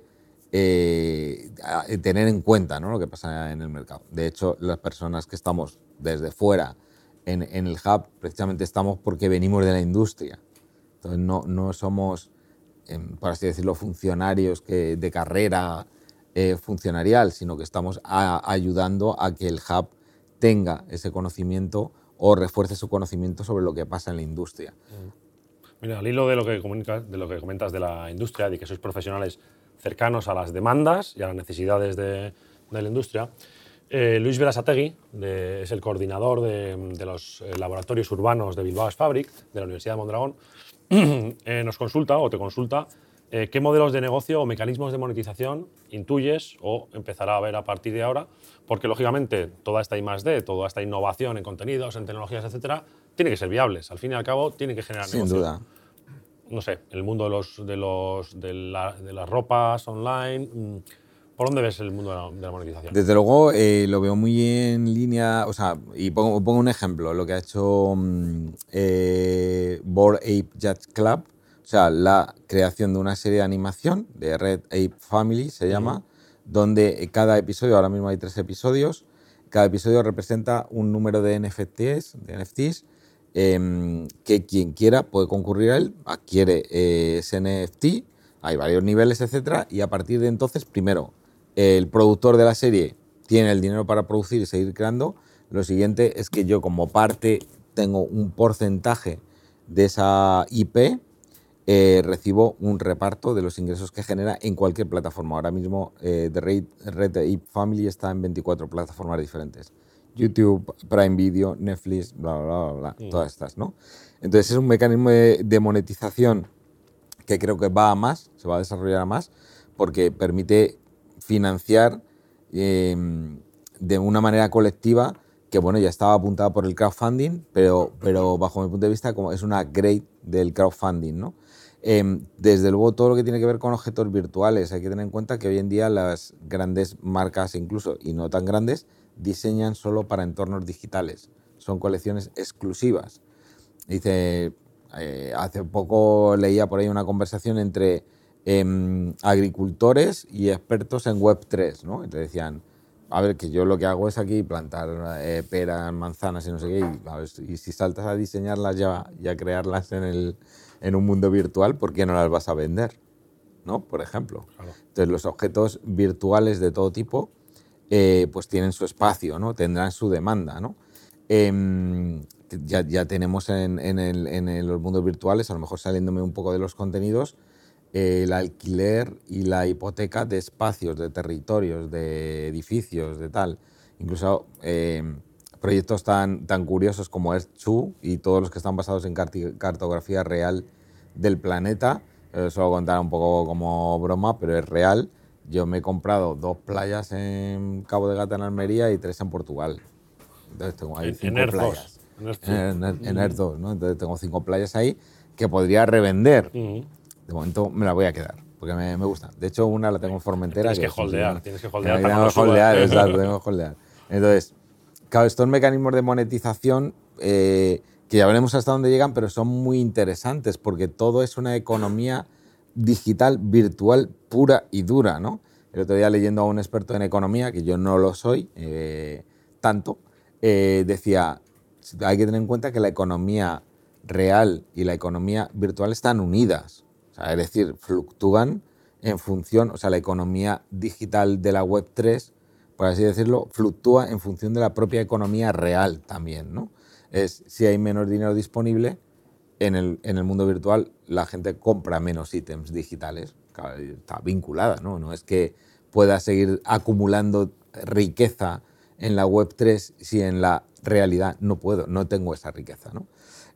eh, tener en cuenta, ¿no?, lo que pasa en el mercado. De hecho, las personas que estamos desde fuera en, en el Hub, precisamente estamos porque venimos de la industria. Entonces no, no somos, eh, por así decirlo, funcionarios que, de carrera eh, funcionarial, sino que estamos a, ayudando a que el Hub tenga ese conocimiento o refuerce su conocimiento sobre lo que pasa en la industria. Mira, al hilo de lo que comunicas, de lo que comentas de la industria, de que sois profesionales cercanos a las demandas y a las necesidades de, de la industria, eh, Luis Berasategui de, es el coordinador de, de los eh, laboratorios urbanos de Bilbao Fabric, de la Universidad de Mondragón, eh, nos consulta o te consulta eh, ¿qué modelos de negocio o mecanismos de monetización intuyes o empezará a ver a partir de ahora? Porque, lógicamente, toda esta I más D, toda esta innovación en contenidos, en tecnologías, etcétera, tiene que ser viables. Al fin y al cabo, tiene que generar Sin negocio. duda. No sé, el mundo de, los, de, los, de, la, de las ropas online. ¿Por dónde ves el mundo de la, de la monetización? Desde luego eh, lo veo muy en línea, o sea, y pongo, pongo un ejemplo, lo que ha hecho eh, Bored Ape Yacht Club, o sea, la creación de una serie de animación de Red Ape Family, se llama, uh-huh. donde cada episodio, ahora mismo hay tres episodios, cada episodio representa un número de N F Ts, de N F Ts eh, que quien quiera puede concurrir a él, adquiere eh, ese N F T, hay varios niveles, etcétera, y a partir de entonces, primero, el productor de la serie tiene el dinero para producir y seguir creando. Lo siguiente es que yo, como parte, tengo un porcentaje de esa I P, eh, recibo un reparto de los ingresos que genera en cualquier plataforma. Ahora mismo eh, The Red, Red Ape Family está en veinticuatro plataformas diferentes. YouTube, Prime Video, Netflix, bla, bla, bla, bla, sí. Todas estas, ¿no? Entonces es un mecanismo de, de monetización que creo que va a más, se va a desarrollar a más, porque permite financiar eh, de una manera colectiva que, bueno, ya estaba apuntada por el crowdfunding, pero, pero bajo mi punto de vista como es una upgrade del crowdfunding, ¿no? Eh, desde luego todo lo que tiene que ver con objetos virtuales, hay que tener en cuenta que hoy en día las grandes marcas, incluso y no tan grandes, diseñan solo para entornos digitales, son colecciones exclusivas. Dice, eh, hace poco leía por ahí una conversación entre Eh, agricultores y expertos en web tres, ¿no? Y te decían, a ver, que yo lo que hago es aquí plantar eh, peras, manzanas y no sé qué, y, a ver, y si saltas a diseñarlas ya, y a crearlas en, el, en un mundo virtual, ¿por qué no las vas a vender? ¿No? Por ejemplo. Claro. Entonces, los objetos virtuales de todo tipo eh, pues tienen su espacio, ¿no? Tendrán su demanda, ¿no? Eh, ya, ya tenemos en, en, el, en el, los mundos virtuales, a lo mejor saliéndome un poco de los contenidos, el alquiler y la hipoteca de espacios, de territorios, de edificios, de tal. Incluso eh, proyectos tan, tan curiosos como Earth dos y todos los que están basados en cartografía real del planeta. Eh, solo contar un poco como broma, pero es real. Yo me he comprado dos playas en Cabo de Gata, en Almería, y tres en Portugal. Entonces tengo ahí cinco en playas. En, en, en Earth dos, ¿no? Entonces tengo cinco playas ahí que podría revender. Uh-huh. De momento me la voy a quedar, porque me, me gusta. De hecho, una la tengo en Formentera. Tienes que, que holdear, tienes que holdear. Que tengo que holdear, exacto, tengo que holdear. Entonces, claro, estos mecanismos de monetización, eh, que ya veremos hasta dónde llegan, pero son muy interesantes, porque todo es una economía digital, virtual, pura y dura, ¿no? El otro día, leyendo a un experto en economía, que yo no lo soy eh, tanto, eh, decía, hay que tener en cuenta que la economía real y la economía virtual están unidas. O sea, es decir, fluctúan en función, o sea, la economía digital de la web tres, por así decirlo, fluctúa en función de la propia economía real también, ¿no? Es, si hay menos dinero disponible, en el, en el mundo virtual la gente compra menos ítems digitales. Claro, está vinculada, ¿no? No es que pueda seguir acumulando riqueza en la web tres si en la realidad no puedo, no tengo esa riqueza, ¿no?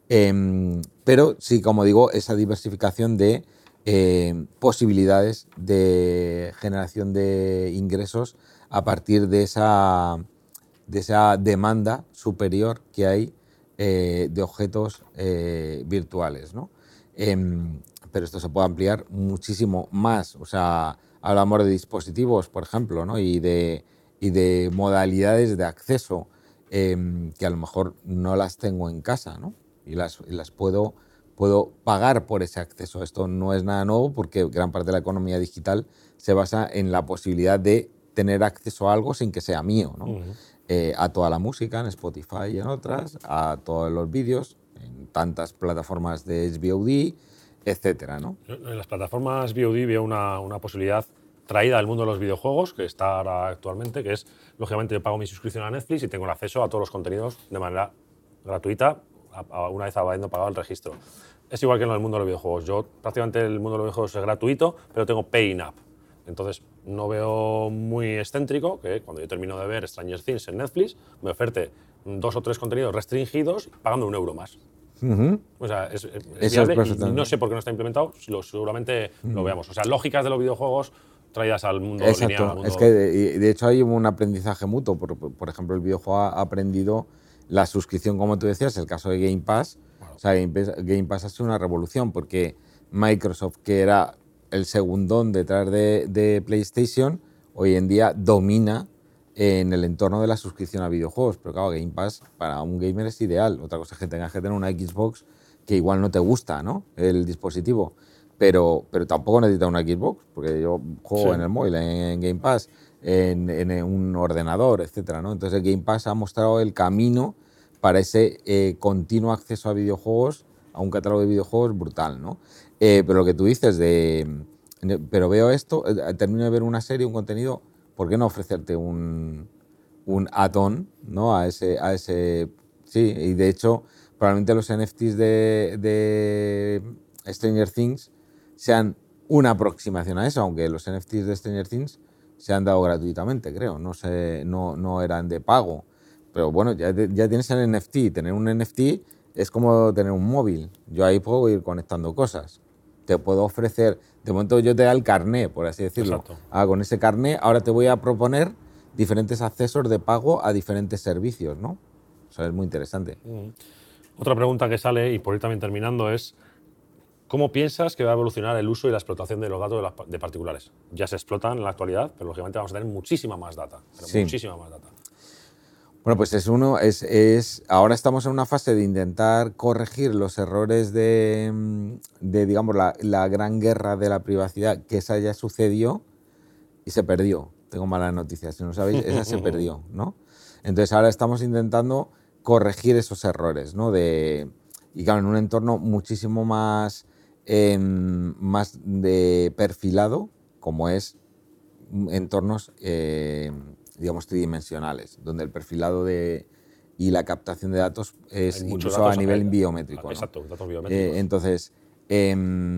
Eh, pero sí, como digo, esa diversificación de eh, posibilidades de generación de ingresos a partir de esa, de esa demanda superior que hay eh, de objetos eh, virtuales, ¿no? Eh, pero esto se puede ampliar muchísimo más. O sea, hablamos de dispositivos, por ejemplo, ¿no? y, de, y de modalidades de acceso eh, que a lo mejor no las tengo en casa, ¿no? y las, y las puedo, puedo pagar por ese acceso. Esto no es nada nuevo, porque gran parte de la economía digital se basa en la posibilidad de tener acceso a algo sin que sea mío, ¿no? Uh-huh. eh, a toda la música en Spotify y en otras, a todos los vídeos en tantas plataformas de S V O D, etcétera, ¿no? En las plataformas V O D veo una, una posibilidad traída del mundo de los videojuegos, que está ahora actualmente, que es, lógicamente, yo pago mi suscripción a Netflix y tengo el acceso a todos los contenidos de manera gratuita, una vez habiendo pagado el registro. Es igual que en el mundo de los videojuegos. Yo, prácticamente, el mundo de los videojuegos es gratuito, pero tengo Pay in App. Entonces, no veo muy excéntrico que cuando yo termino de ver Stranger Things en Netflix, me oferte dos o tres contenidos restringidos pagando un euro más. Ujú. O sea, es, es Eso es viable y perfectamente. no sé por qué no está implementado, lo, seguramente lo veamos. O sea, lógicas de los videojuegos traídas al mundo lineal. Al Exacto, mundo... es que de, de hecho hay un aprendizaje mutuo. Por, por ejemplo, el videojuego ha aprendido la suscripción, como tú decías, el caso de Game Pass. Claro. O sea, Game Pass, Game Pass ha sido una revolución porque Microsoft, que era el segundón detrás de, de PlayStation, hoy en día domina en el entorno de la suscripción a videojuegos. Pero claro, Game Pass para un gamer es ideal. Otra cosa es que tengas que tener una Xbox que igual no te gusta, ¿no?, el dispositivo. Pero, pero tampoco necesita una Xbox, porque yo juego Sí. en el móvil, en Game Pass, en, en un ordenador, etcétera, ¿no? Entonces el Game Pass ha mostrado el camino para ese eh, continuo acceso a videojuegos, a un catálogo de videojuegos brutal, ¿no? Eh, pero lo que tú dices de... Pero veo esto, eh, termino de ver una serie, un contenido, ¿por qué no ofrecerte un, un add-on, ¿no?, a ese, a ese... Sí, y de hecho, probablemente los N F Ts de, de Stranger Things sean una aproximación a eso, aunque los N F Ts de Stranger Things se han dado gratuitamente, creo, no, sé, no, no eran de pago. Pero bueno, ya, ya tienes el N F T. Tener un N F T es como tener un móvil. Yo ahí puedo ir conectando cosas. Te puedo ofrecer, de momento yo te da el carné, por así decirlo. Exacto. Ah, con ese carné ahora te voy a proponer diferentes accesos de pago a diferentes servicios, ¿no? O sea, es muy interesante. Mm. Otra pregunta que sale, y por ir también terminando, es ¿cómo piensas que va a evolucionar el uso y la explotación de los datos de, las, de particulares? Ya se explotan en la actualidad, pero lógicamente vamos a tener muchísima más data. Pero Sí. Muchísima más data. Bueno, pues es uno, es, es, ahora estamos en una fase de intentar corregir los errores de, de digamos, la, la gran guerra de la privacidad, que esa ya sucedió y se perdió. Tengo malas noticias, si no sabéis, esa se perdió, ¿no? Entonces ahora estamos intentando corregir esos errores, ¿no? De, y claro, en un entorno muchísimo más, eh, más de perfilado, como es entornos, eh, digamos, tridimensionales, donde el perfilado de, y la captación de datos es Hay muchos incluso datos, a nivel hay- biométrico, ¿no? Exacto, datos biométricos. Eh, entonces, eh,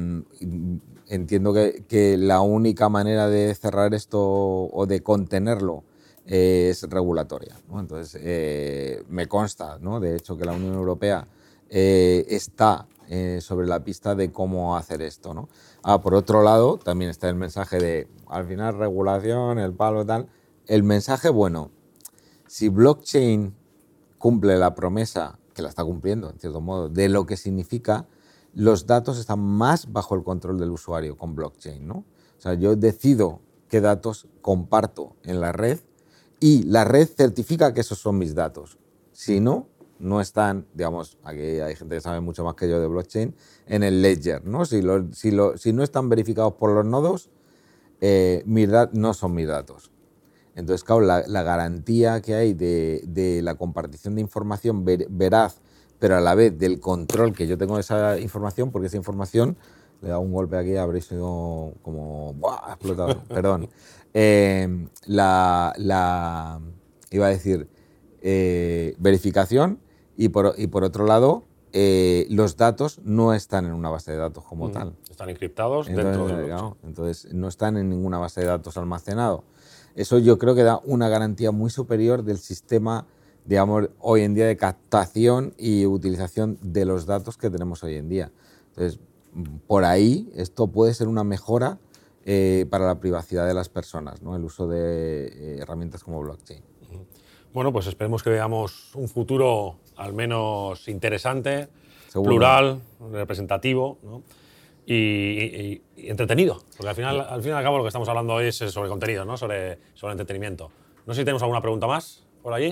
entiendo que, que la única manera de cerrar esto o de contenerlo eh, es regulatoria, ¿no? Entonces, eh, me consta, ¿no?, de hecho, que la Unión Europea eh, está eh, sobre la pista de cómo hacer esto, ¿no? Ah, por otro lado, también está el mensaje de, al final, regulación, el palo, tal. El mensaje, bueno, si blockchain cumple la promesa, que la está cumpliendo, en cierto modo, de lo que significa, los datos están más bajo el control del usuario con blockchain, ¿no? O sea, yo decido qué datos comparto en la red y la red certifica que esos son mis datos. Si no, no están, digamos, aquí hay gente que sabe mucho más que yo de blockchain, en el ledger, ¿no? Si, lo, si, lo, si no están verificados por los nodos, eh, mis dat- no son mis datos. Entonces, claro, la, la garantía que hay de, de la compartición de información ver, veraz, pero a la vez del control que yo tengo de esa información, porque esa información, le he dado un golpe aquí, habréis sido como, ¡buah!, ha explotado, perdón. Eh, la, la, iba a decir, eh, verificación y por, y por otro lado, eh, los datos no están en una base de datos como Mm. tal. Están encriptados Entonces, dentro de claro, entonces, no están en ninguna base de datos almacenado. Eso yo creo que da una garantía muy superior del sistema, digamos, hoy en día de captación y utilización de los datos que tenemos hoy en día. Entonces, por ahí esto puede ser una mejora eh, para la privacidad de las personas, ¿no?, el uso de eh, herramientas como blockchain. Bueno, pues esperemos que veamos un futuro al menos interesante, Seguro. plural, representativo, ¿no?, y, y- y entretenido. Porque al final, al fin y al cabo lo que estamos hablando hoy es sobre contenido, ¿no?, sobre, sobre entretenimiento. No sé si tenemos alguna pregunta más por allí.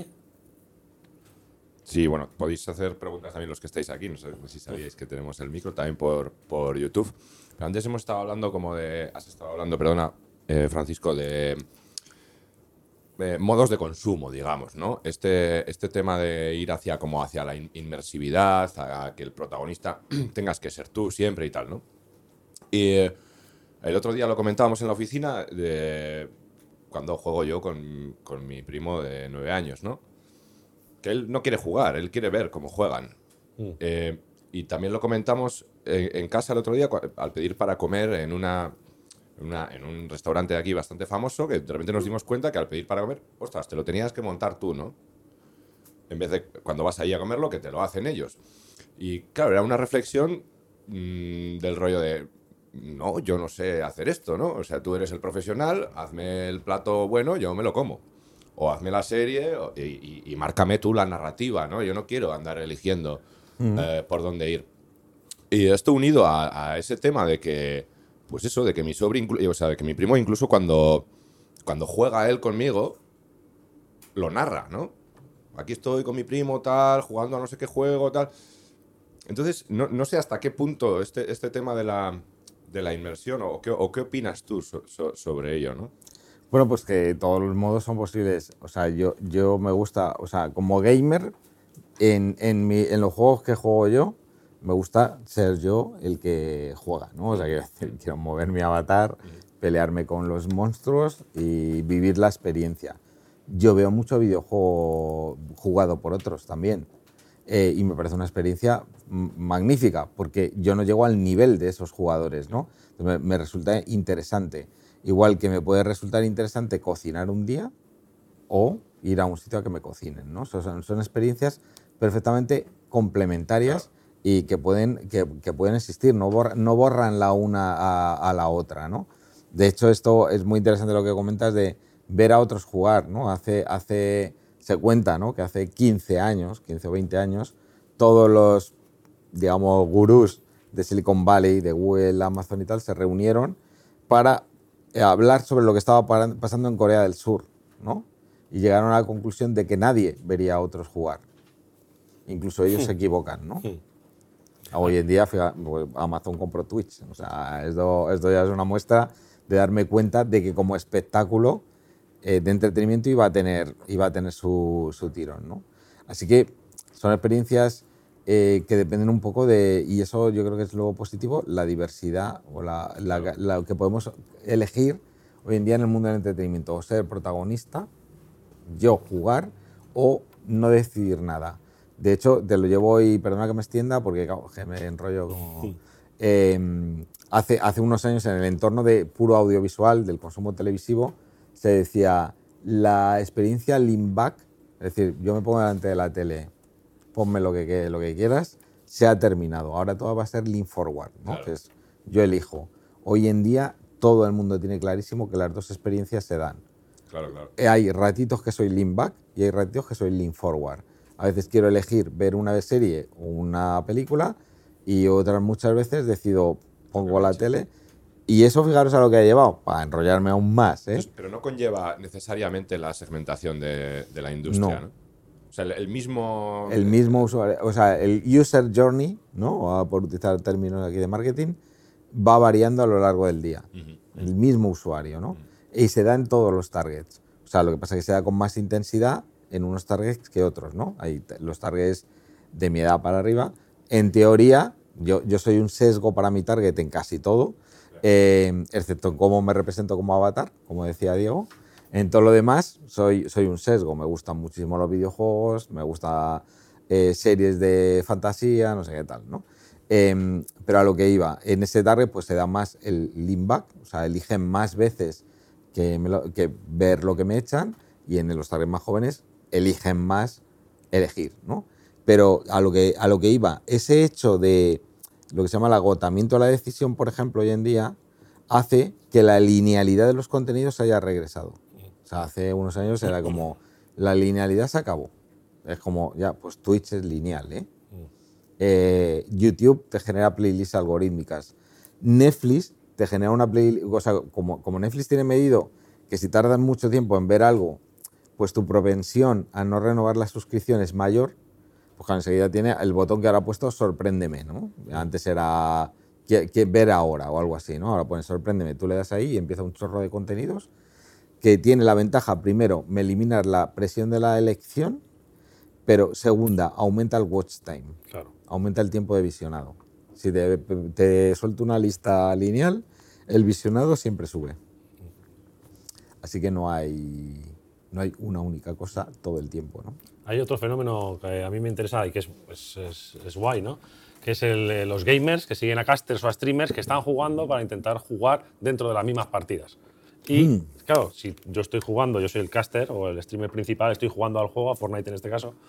Sí, bueno, podéis hacer preguntas también los que estáis aquí. No sé si sabíais que tenemos el micro también por, por YouTube. Pero antes hemos estado hablando como de... Has estado hablando, perdona, eh, Francisco, de eh, modos de consumo, digamos, ¿no? Este, este tema de ir hacia como hacia la in- inmersividad, a que el protagonista tengas que ser tú siempre y tal, ¿no? Y eh, el otro día lo comentábamos en la oficina de cuando juego yo con, con mi primo de nueve años, ¿no? Que él no quiere jugar, él quiere ver cómo juegan. Mm. Eh, y también lo comentamos en, en casa el otro día cua- al pedir para comer en una, en una en un restaurante de aquí bastante famoso, que de repente nos dimos cuenta que al pedir para comer, ostras, te lo tenías que montar tú, ¿no? en vez de cuando vas ahí a comerlo, que te lo hacen ellos. Y claro, era una reflexión mmm, del rollo de, no, yo no sé hacer esto, ¿no? O sea, tú eres el profesional, hazme el plato bueno, yo me lo como. O hazme la serie o, y, y, y márcame tú la narrativa, ¿no? Yo no quiero andar eligiendo uh-huh. eh, por dónde ir. Y esto unido a, a ese tema de que, pues eso, de que mi sobrino, o sea, de que mi primo incluso cuando, cuando juega él conmigo, lo narra, ¿no? Aquí estoy con mi primo, tal, jugando a no sé qué juego, tal. Entonces, no, no sé hasta qué punto este, este tema de la, de la inmersión, o qué, o qué opinas tú so, so, sobre ello, ¿no? Bueno, pues que todos los modos son posibles. O sea, yo, yo me gusta, o sea, como gamer, en, en, mi, en los juegos que juego yo, me gusta ser yo el que juega, ¿no? O sea, quiero, decir, quiero mover mi avatar, pelearme con los monstruos y vivir la experiencia. Yo veo mucho videojuego jugado por otros también. Eh, y me parece una experiencia magnífica, porque yo no llego al nivel de esos jugadores, ¿no? Me, me resulta interesante. Igual que me puede resultar interesante cocinar un día o ir a un sitio a que me cocinen, ¿no? Son, son experiencias perfectamente complementarias y que pueden, que, que pueden existir, no, borra, no borran la una a, a la otra, ¿no? De hecho, esto es muy interesante lo que comentas de ver a otros jugar, ¿no? Hace, hace, se cuenta, ¿no? Que hace quince años, quince o veinte años, todos los, digamos, gurús de Silicon Valley, de Google, Amazon y tal, se reunieron para hablar sobre lo que estaba pasando en Corea del Sur, ¿no? Y llegaron a la conclusión de que nadie vería a otros jugar. Incluso ellos se equivocan, ¿no? Hoy en día, fíjate, Amazon compró Twitch. O sea, esto, esto ya es una muestra de darme cuenta de que como espectáculo eh, de entretenimiento iba a tener, iba a tener su, su tirón, ¿no? Así que son experiencias eh, que dependen un poco de, y eso yo creo que es lo positivo, la diversidad o la, la, la que podemos elegir hoy en día en el mundo del entretenimiento, o ser protagonista, yo jugar o no decidir nada. De hecho, te lo llevo y perdona que me extienda porque claro, que me enrollo como... Eh, hace, hace unos años en el entorno de puro audiovisual, del consumo televisivo, se decía la experiencia lean back, es decir, yo me pongo delante de la tele, ponme lo que, lo que quieras, se ha terminado. Ahora todo va a ser lean forward, ¿no? Claro. Que es, yo elijo. Hoy en día todo el mundo tiene clarísimo que las dos experiencias se dan. Claro, claro. Hay ratitos que soy lean back y hay ratitos que soy lean forward. A veces quiero elegir ver una serie o una película y otras muchas veces decido, pongo la tele. Y eso, fijaros a lo que ha llevado, para enrollarme aún más, ¿eh? Entonces, pero no conlleva necesariamente la segmentación de, de la industria, ¿no? No. O sea, el, el mismo... El mismo usuario, o sea, el user journey, ¿no? Por utilizar términos aquí de marketing, va variando a lo largo del día. Uh-huh. El mismo usuario, ¿no? Uh-huh. Y se da en todos los targets. O sea, lo que pasa es que se da con más intensidad en unos targets que otros, ¿no? Hay los targets de mi edad para arriba. En teoría, yo, yo soy un sesgo para mi target en casi todo, eh, excepto en cómo me represento como avatar, como decía Diego. En todo lo demás, soy, soy un sesgo. Me gustan muchísimo los videojuegos, me gustan eh, series de fantasía, no sé qué tal, ¿no? Eh, pero a lo que iba, en ese target pues se da más el lean back, o sea, eligen más veces que, me lo, que ver lo que me echan, y en los targets más jóvenes eligen más elegir, ¿no? Pero a lo que, a lo que iba, ese hecho de lo que se llama el agotamiento de la decisión, por ejemplo, hoy en día, hace que la linealidad de los contenidos haya regresado. O sea, hace unos años era como, la linealidad se acabó. Es como, ya, pues Twitch es lineal, ¿eh? eh YouTube te genera playlists algorítmicas. Netflix te genera una playlist, o sea, como, como Netflix tiene medido que si tardas mucho tiempo en ver algo, pues tu propensión a no renovar la suscripción es mayor, pues enseguida tiene el botón que ahora ha puesto sorpréndeme, ¿no? Antes era que, que ver ahora o algo así, ¿no? Ahora pone sorpréndeme, tú le das ahí y empieza un chorro de contenidos que tiene la ventaja, primero, me elimina la presión de la elección, pero segunda, aumenta el watch time, claro. Aumenta el tiempo de visionado. Si te, te suelto una lista lineal, el visionado siempre sube. Así que no hay, no hay una única cosa todo el tiempo, ¿no? Hay otro fenómeno que a mí me interesa y que es, es, es, es guay, ¿no? Que es el, eh, los gamers que siguen a casters o a streamers que están jugando para intentar jugar dentro de las mismas partidas. Y, mm. claro, si yo estoy jugando, yo soy el caster o el streamer principal, estoy jugando al juego, a Fortnite en este caso,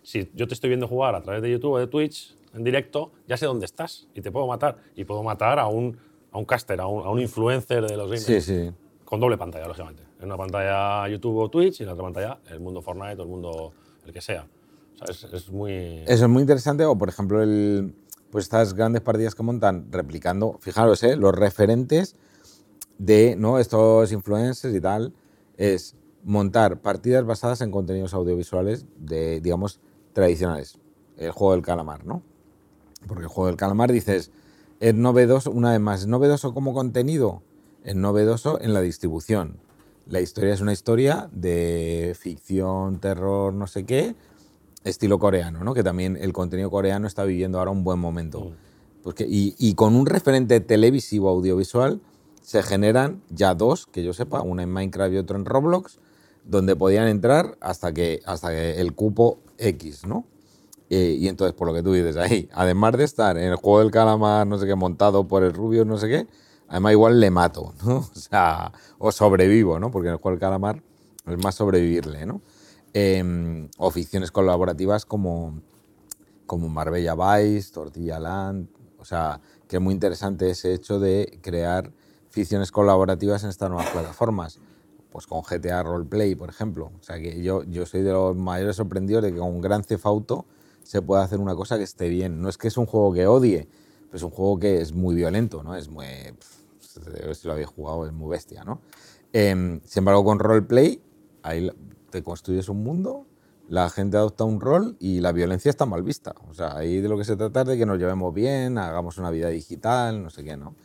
si yo te estoy viendo jugar a través de YouTube o de Twitch en directo, ya sé dónde estás y te puedo matar. Y puedo matar a un, a un caster, a un, a un influencer de los gamers. Sí, sí. Con doble pantalla, lógicamente. En una pantalla YouTube o Twitch y en la otra pantalla el mundo Fortnite o el mundo el que sea. O sea, es, es muy... Eso es muy interesante. O, por ejemplo, el, pues estas grandes partidas que montan replicando, fijaros, ¿eh? Los referentes de, ¿no?, estos influencers y tal, es montar partidas basadas en contenidos audiovisuales de, digamos, tradicionales. El juego del calamar, ¿no? Porque el juego del calamar, dices, es novedoso, una vez más, ¿es novedoso como contenido? Es novedoso en la distribución. La historia es una historia de ficción, terror, no sé qué, estilo coreano, ¿no? Que también el contenido coreano está viviendo ahora un buen momento. Mm. Pues que, y, y con un referente televisivo audiovisual se generan ya dos, que yo sepa, una en Minecraft y otro en Roblox, donde podían entrar hasta que, hasta que el cupo X, ¿no? Eh, y entonces, por lo que tú dices ahí, además de estar en el juego del calamar, no sé qué, montado por el rubio, no sé qué, además igual le mato, ¿no? O sea, o sobrevivo, ¿no? Porque en el juego del calamar es más sobrevivirle, ¿no? Eh, o ficciones colaborativas como, como Marbella Vice, Tortilla Land, o sea, que es muy interesante ese hecho de crear ficciones colaborativas en estas nuevas plataformas. Pues con G T A Roleplay, por ejemplo. O sea, que yo, yo soy de los mayores sorprendidos de que con un Grand Theft Auto se pueda hacer una cosa que esté bien. No es que es un juego que odie, pero es un juego que es muy violento, ¿no? Es muy... Pff, si lo habéis jugado, es muy bestia, ¿no? Eh, sin embargo, con Roleplay, ahí te construyes un mundo, la gente adopta un rol y la violencia está mal vista. O sea, ahí de lo que se trata es de que nos llevemos bien, hagamos una vida digital, no sé qué, ¿no?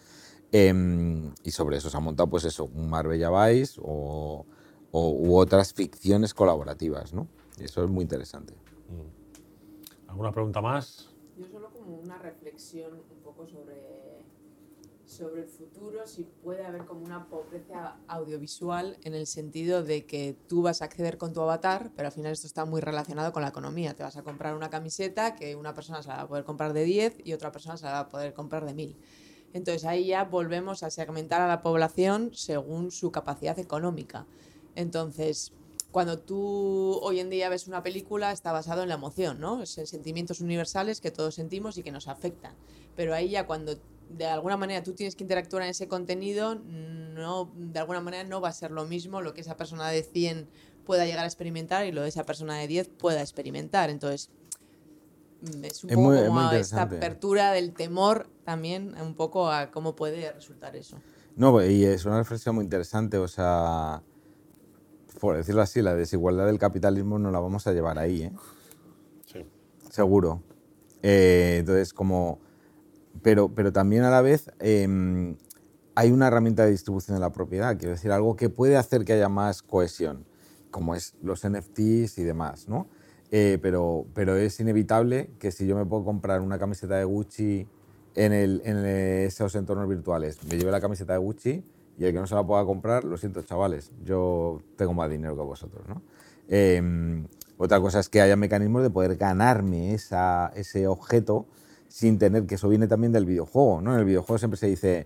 Eh, y sobre eso se ha montado, pues eso, un Marbella Vice o, o, u otras ficciones colaborativas, ¿no? Y eso es muy interesante. ¿Alguna pregunta más? Yo solo como una reflexión un poco sobre, sobre el futuro, si puede haber como una pobreza audiovisual en el sentido de que tú vas a acceder con tu avatar, pero al final esto está muy relacionado con la economía. Te vas a comprar una camiseta que una persona se la va a poder comprar de diez y otra persona se la va a poder comprar de mil. Entonces ahí ya volvemos a segmentar a la población según su capacidad económica. Entonces, cuando tú hoy en día ves una película, está basado en la emoción, ¿no? Es en sentimientos universales que todos sentimos y que nos afectan. Pero ahí ya cuando de alguna manera tú tienes que interactuar en ese contenido, no, de alguna manera no va a ser lo mismo lo que esa persona de cien pueda llegar a experimentar y lo de esa persona de diez pueda experimentar. Entonces, es un Es poco muy- es como muy esta interesante. apertura del temor también, un poco a cómo puede resultar eso. No, y es una reflexión muy interesante, o sea, por decirlo así, la desigualdad del capitalismo no la vamos a llevar ahí, ¿eh? Sí. Seguro. Eh, entonces, como... Pero, pero también a la vez eh, hay una herramienta de distribución de la propiedad, quiero decir, algo que puede hacer que haya más cohesión, como es los N F Ts y demás, ¿no? Eh, pero, pero es inevitable que si yo me puedo comprar una camiseta de Gucci en, el, en esos entornos virtuales, me lleve la camiseta de Gucci y el que no se la pueda comprar, lo siento, chavales, yo tengo más dinero que vosotros, ¿no? Eh, otra cosa es que haya mecanismos de poder ganarme esa, ese objeto sin tener, que eso viene también del videojuego, ¿no? En el videojuego siempre se dice,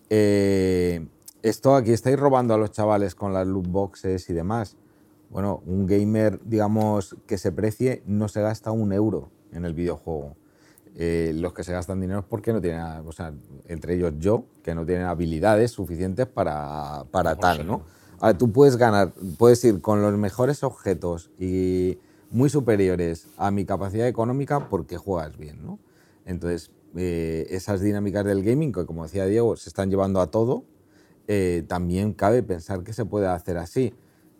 eh, esto aquí estáis robando a los chavales con las loot boxes y demás. Bueno, un gamer, digamos, que se precie, no se gasta un euro en el videojuego. Eh, los que se gastan dinero es porque no tienen, o sea, entre ellos yo, que no tienen habilidades suficientes para, para tal, ¿no? Ahora, tú puedes ganar, puedes ir con los mejores objetos y muy superiores a mi capacidad económica porque juegas bien, ¿no? Entonces, eh, esas dinámicas del gaming, que como decía Diego, se están llevando a todo, eh, también cabe pensar que se puede hacer así.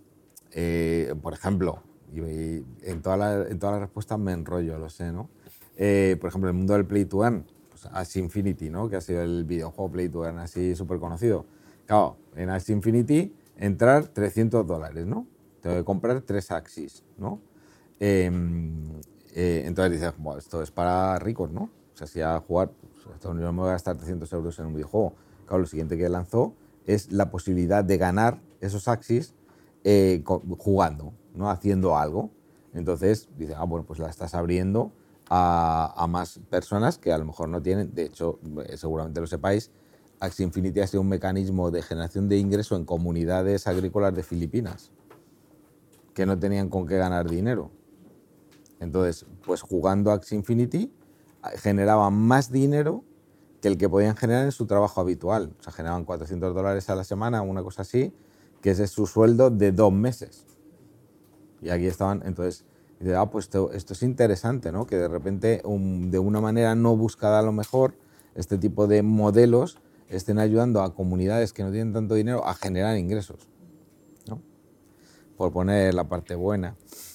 Eh, por ejemplo, y, y en, todas las, en todas las respuestas me enrollo, lo sé, ¿no? Eh, por ejemplo, el mundo del Play to Earn, pues Axie Infinity, ¿no? Que ha sido el videojuego Play to Earn así súper conocido. Claro, en Axie Infinity entrar trescientos dólares, ¿no? Tengo que comprar tres Axies, ¿no? Eh, eh, entonces dices, bueno, esto es para ricos, ¿no? O sea, si a jugar, pues, esto no me voy a gastar trescientos euros en un videojuego. Claro, lo siguiente que lanzó es la posibilidad de ganar esos Axies eh, jugando, ¿no? Haciendo algo. Entonces dices, ah, bueno, pues la estás abriendo a, a más personas que a lo mejor no tienen. De hecho, seguramente lo sepáis, Axie Infinity ha sido un mecanismo de generación de ingreso en comunidades agrícolas de Filipinas que no tenían con qué ganar dinero. Entonces, pues jugando Axie Infinity generaban más dinero que el que podían generar en su trabajo habitual. O sea, generaban cuatrocientos dólares a la semana, una cosa así, que ese es su sueldo de dos meses. Y aquí estaban, entonces, dice, ah, pues esto, esto es interesante, ¿no? Que de repente, um, de una manera no buscada a lo mejor, este tipo de modelos estén ayudando a comunidades que no tienen tanto dinero a generar ingresos, ¿no? Por poner la parte buena.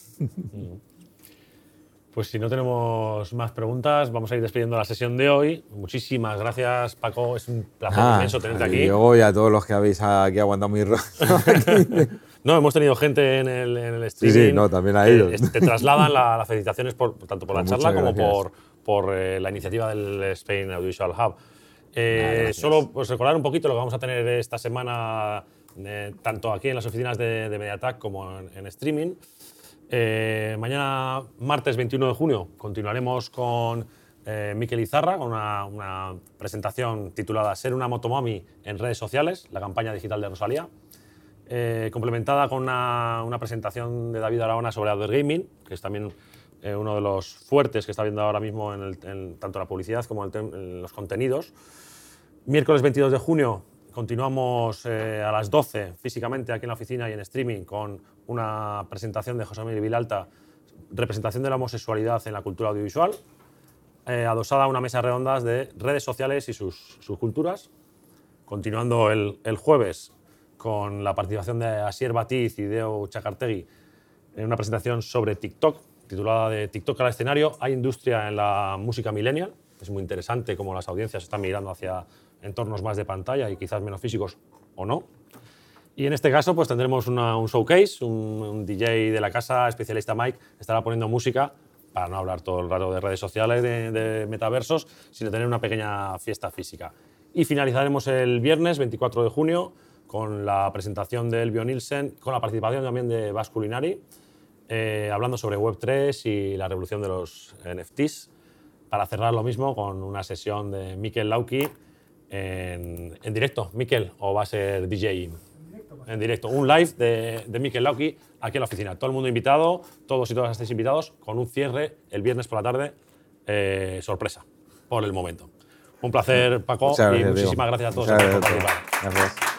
Pues si no tenemos más preguntas, vamos a ir despidiendo la sesión de hoy. Muchísimas gracias, Paco. Es un placer Ah, inmenso tenerte a aquí. Diego y a todos los que habéis aquí aguantado mi rollo. No, hemos tenido gente en el, en el Sí, streaming. sí, no, también a que ellos. Te trasladan la- las felicitaciones por, tanto por la Pues charla muchas como gracias. por, por eh, la iniciativa del Spain Audiovisual Hub. Eh, Ah, gracias. solo pues, recordar un poquito lo que vamos a tener esta semana, eh, tanto aquí en las oficinas de, de MediaTak como en, en streaming. Eh, mañana, martes veintiuno de junio, continuaremos con eh, Mikel Izarra, con una, una presentación titulada Ser una motomami en redes sociales, la campaña digital de Rosalía, eh, complementada con una, una presentación de David Aragona sobre Adver Gaming, que es también eh, uno de los fuertes que está viendo ahora mismo en, el, en tanto la publicidad como en, el, en los contenidos. Miércoles veintidós de junio continuamos eh, a las doce físicamente aquí en la oficina y en streaming con una presentación de José Miguel Vilalta, representación de la homosexualidad en la cultura audiovisual, eh, adosada a una mesa redonda de redes sociales y sus subculturas. Continuando el, el jueves con la participación de Asier Batiz y Deo Chacartegui en una presentación sobre TikTok, titulada de TikTok al escenario. Hay industria en la música millennial. Es muy interesante cómo las audiencias están migrando hacia entornos más de pantalla y quizás menos físicos o no. Y en este caso pues tendremos una, un showcase, un, un D J de la casa, especialista Mike, estará poniendo música para no hablar todo el rato de redes sociales, de, de metaversos, sino tener una pequeña fiesta física. Y finalizaremos el viernes veinticuatro de junio con la presentación de Elvio Nielsen, con la participación también de Vas Culinari, eh, hablando sobre web tres y la revolución de los N F Ts, para cerrar lo mismo con una sesión de Mikel Lauki en, en directo. Mikel, ¿o va a ser D J? En directo, un live de, de Mikel Lauki aquí en la oficina. Todo el mundo invitado, todos y todas estáis invitados, con un cierre el viernes por la tarde, eh, sorpresa, por el momento. Un placer, Paco, Muchas gracias, y muchísimas Diego. gracias a todos Muchas por gracias a todos. participar. Gracias.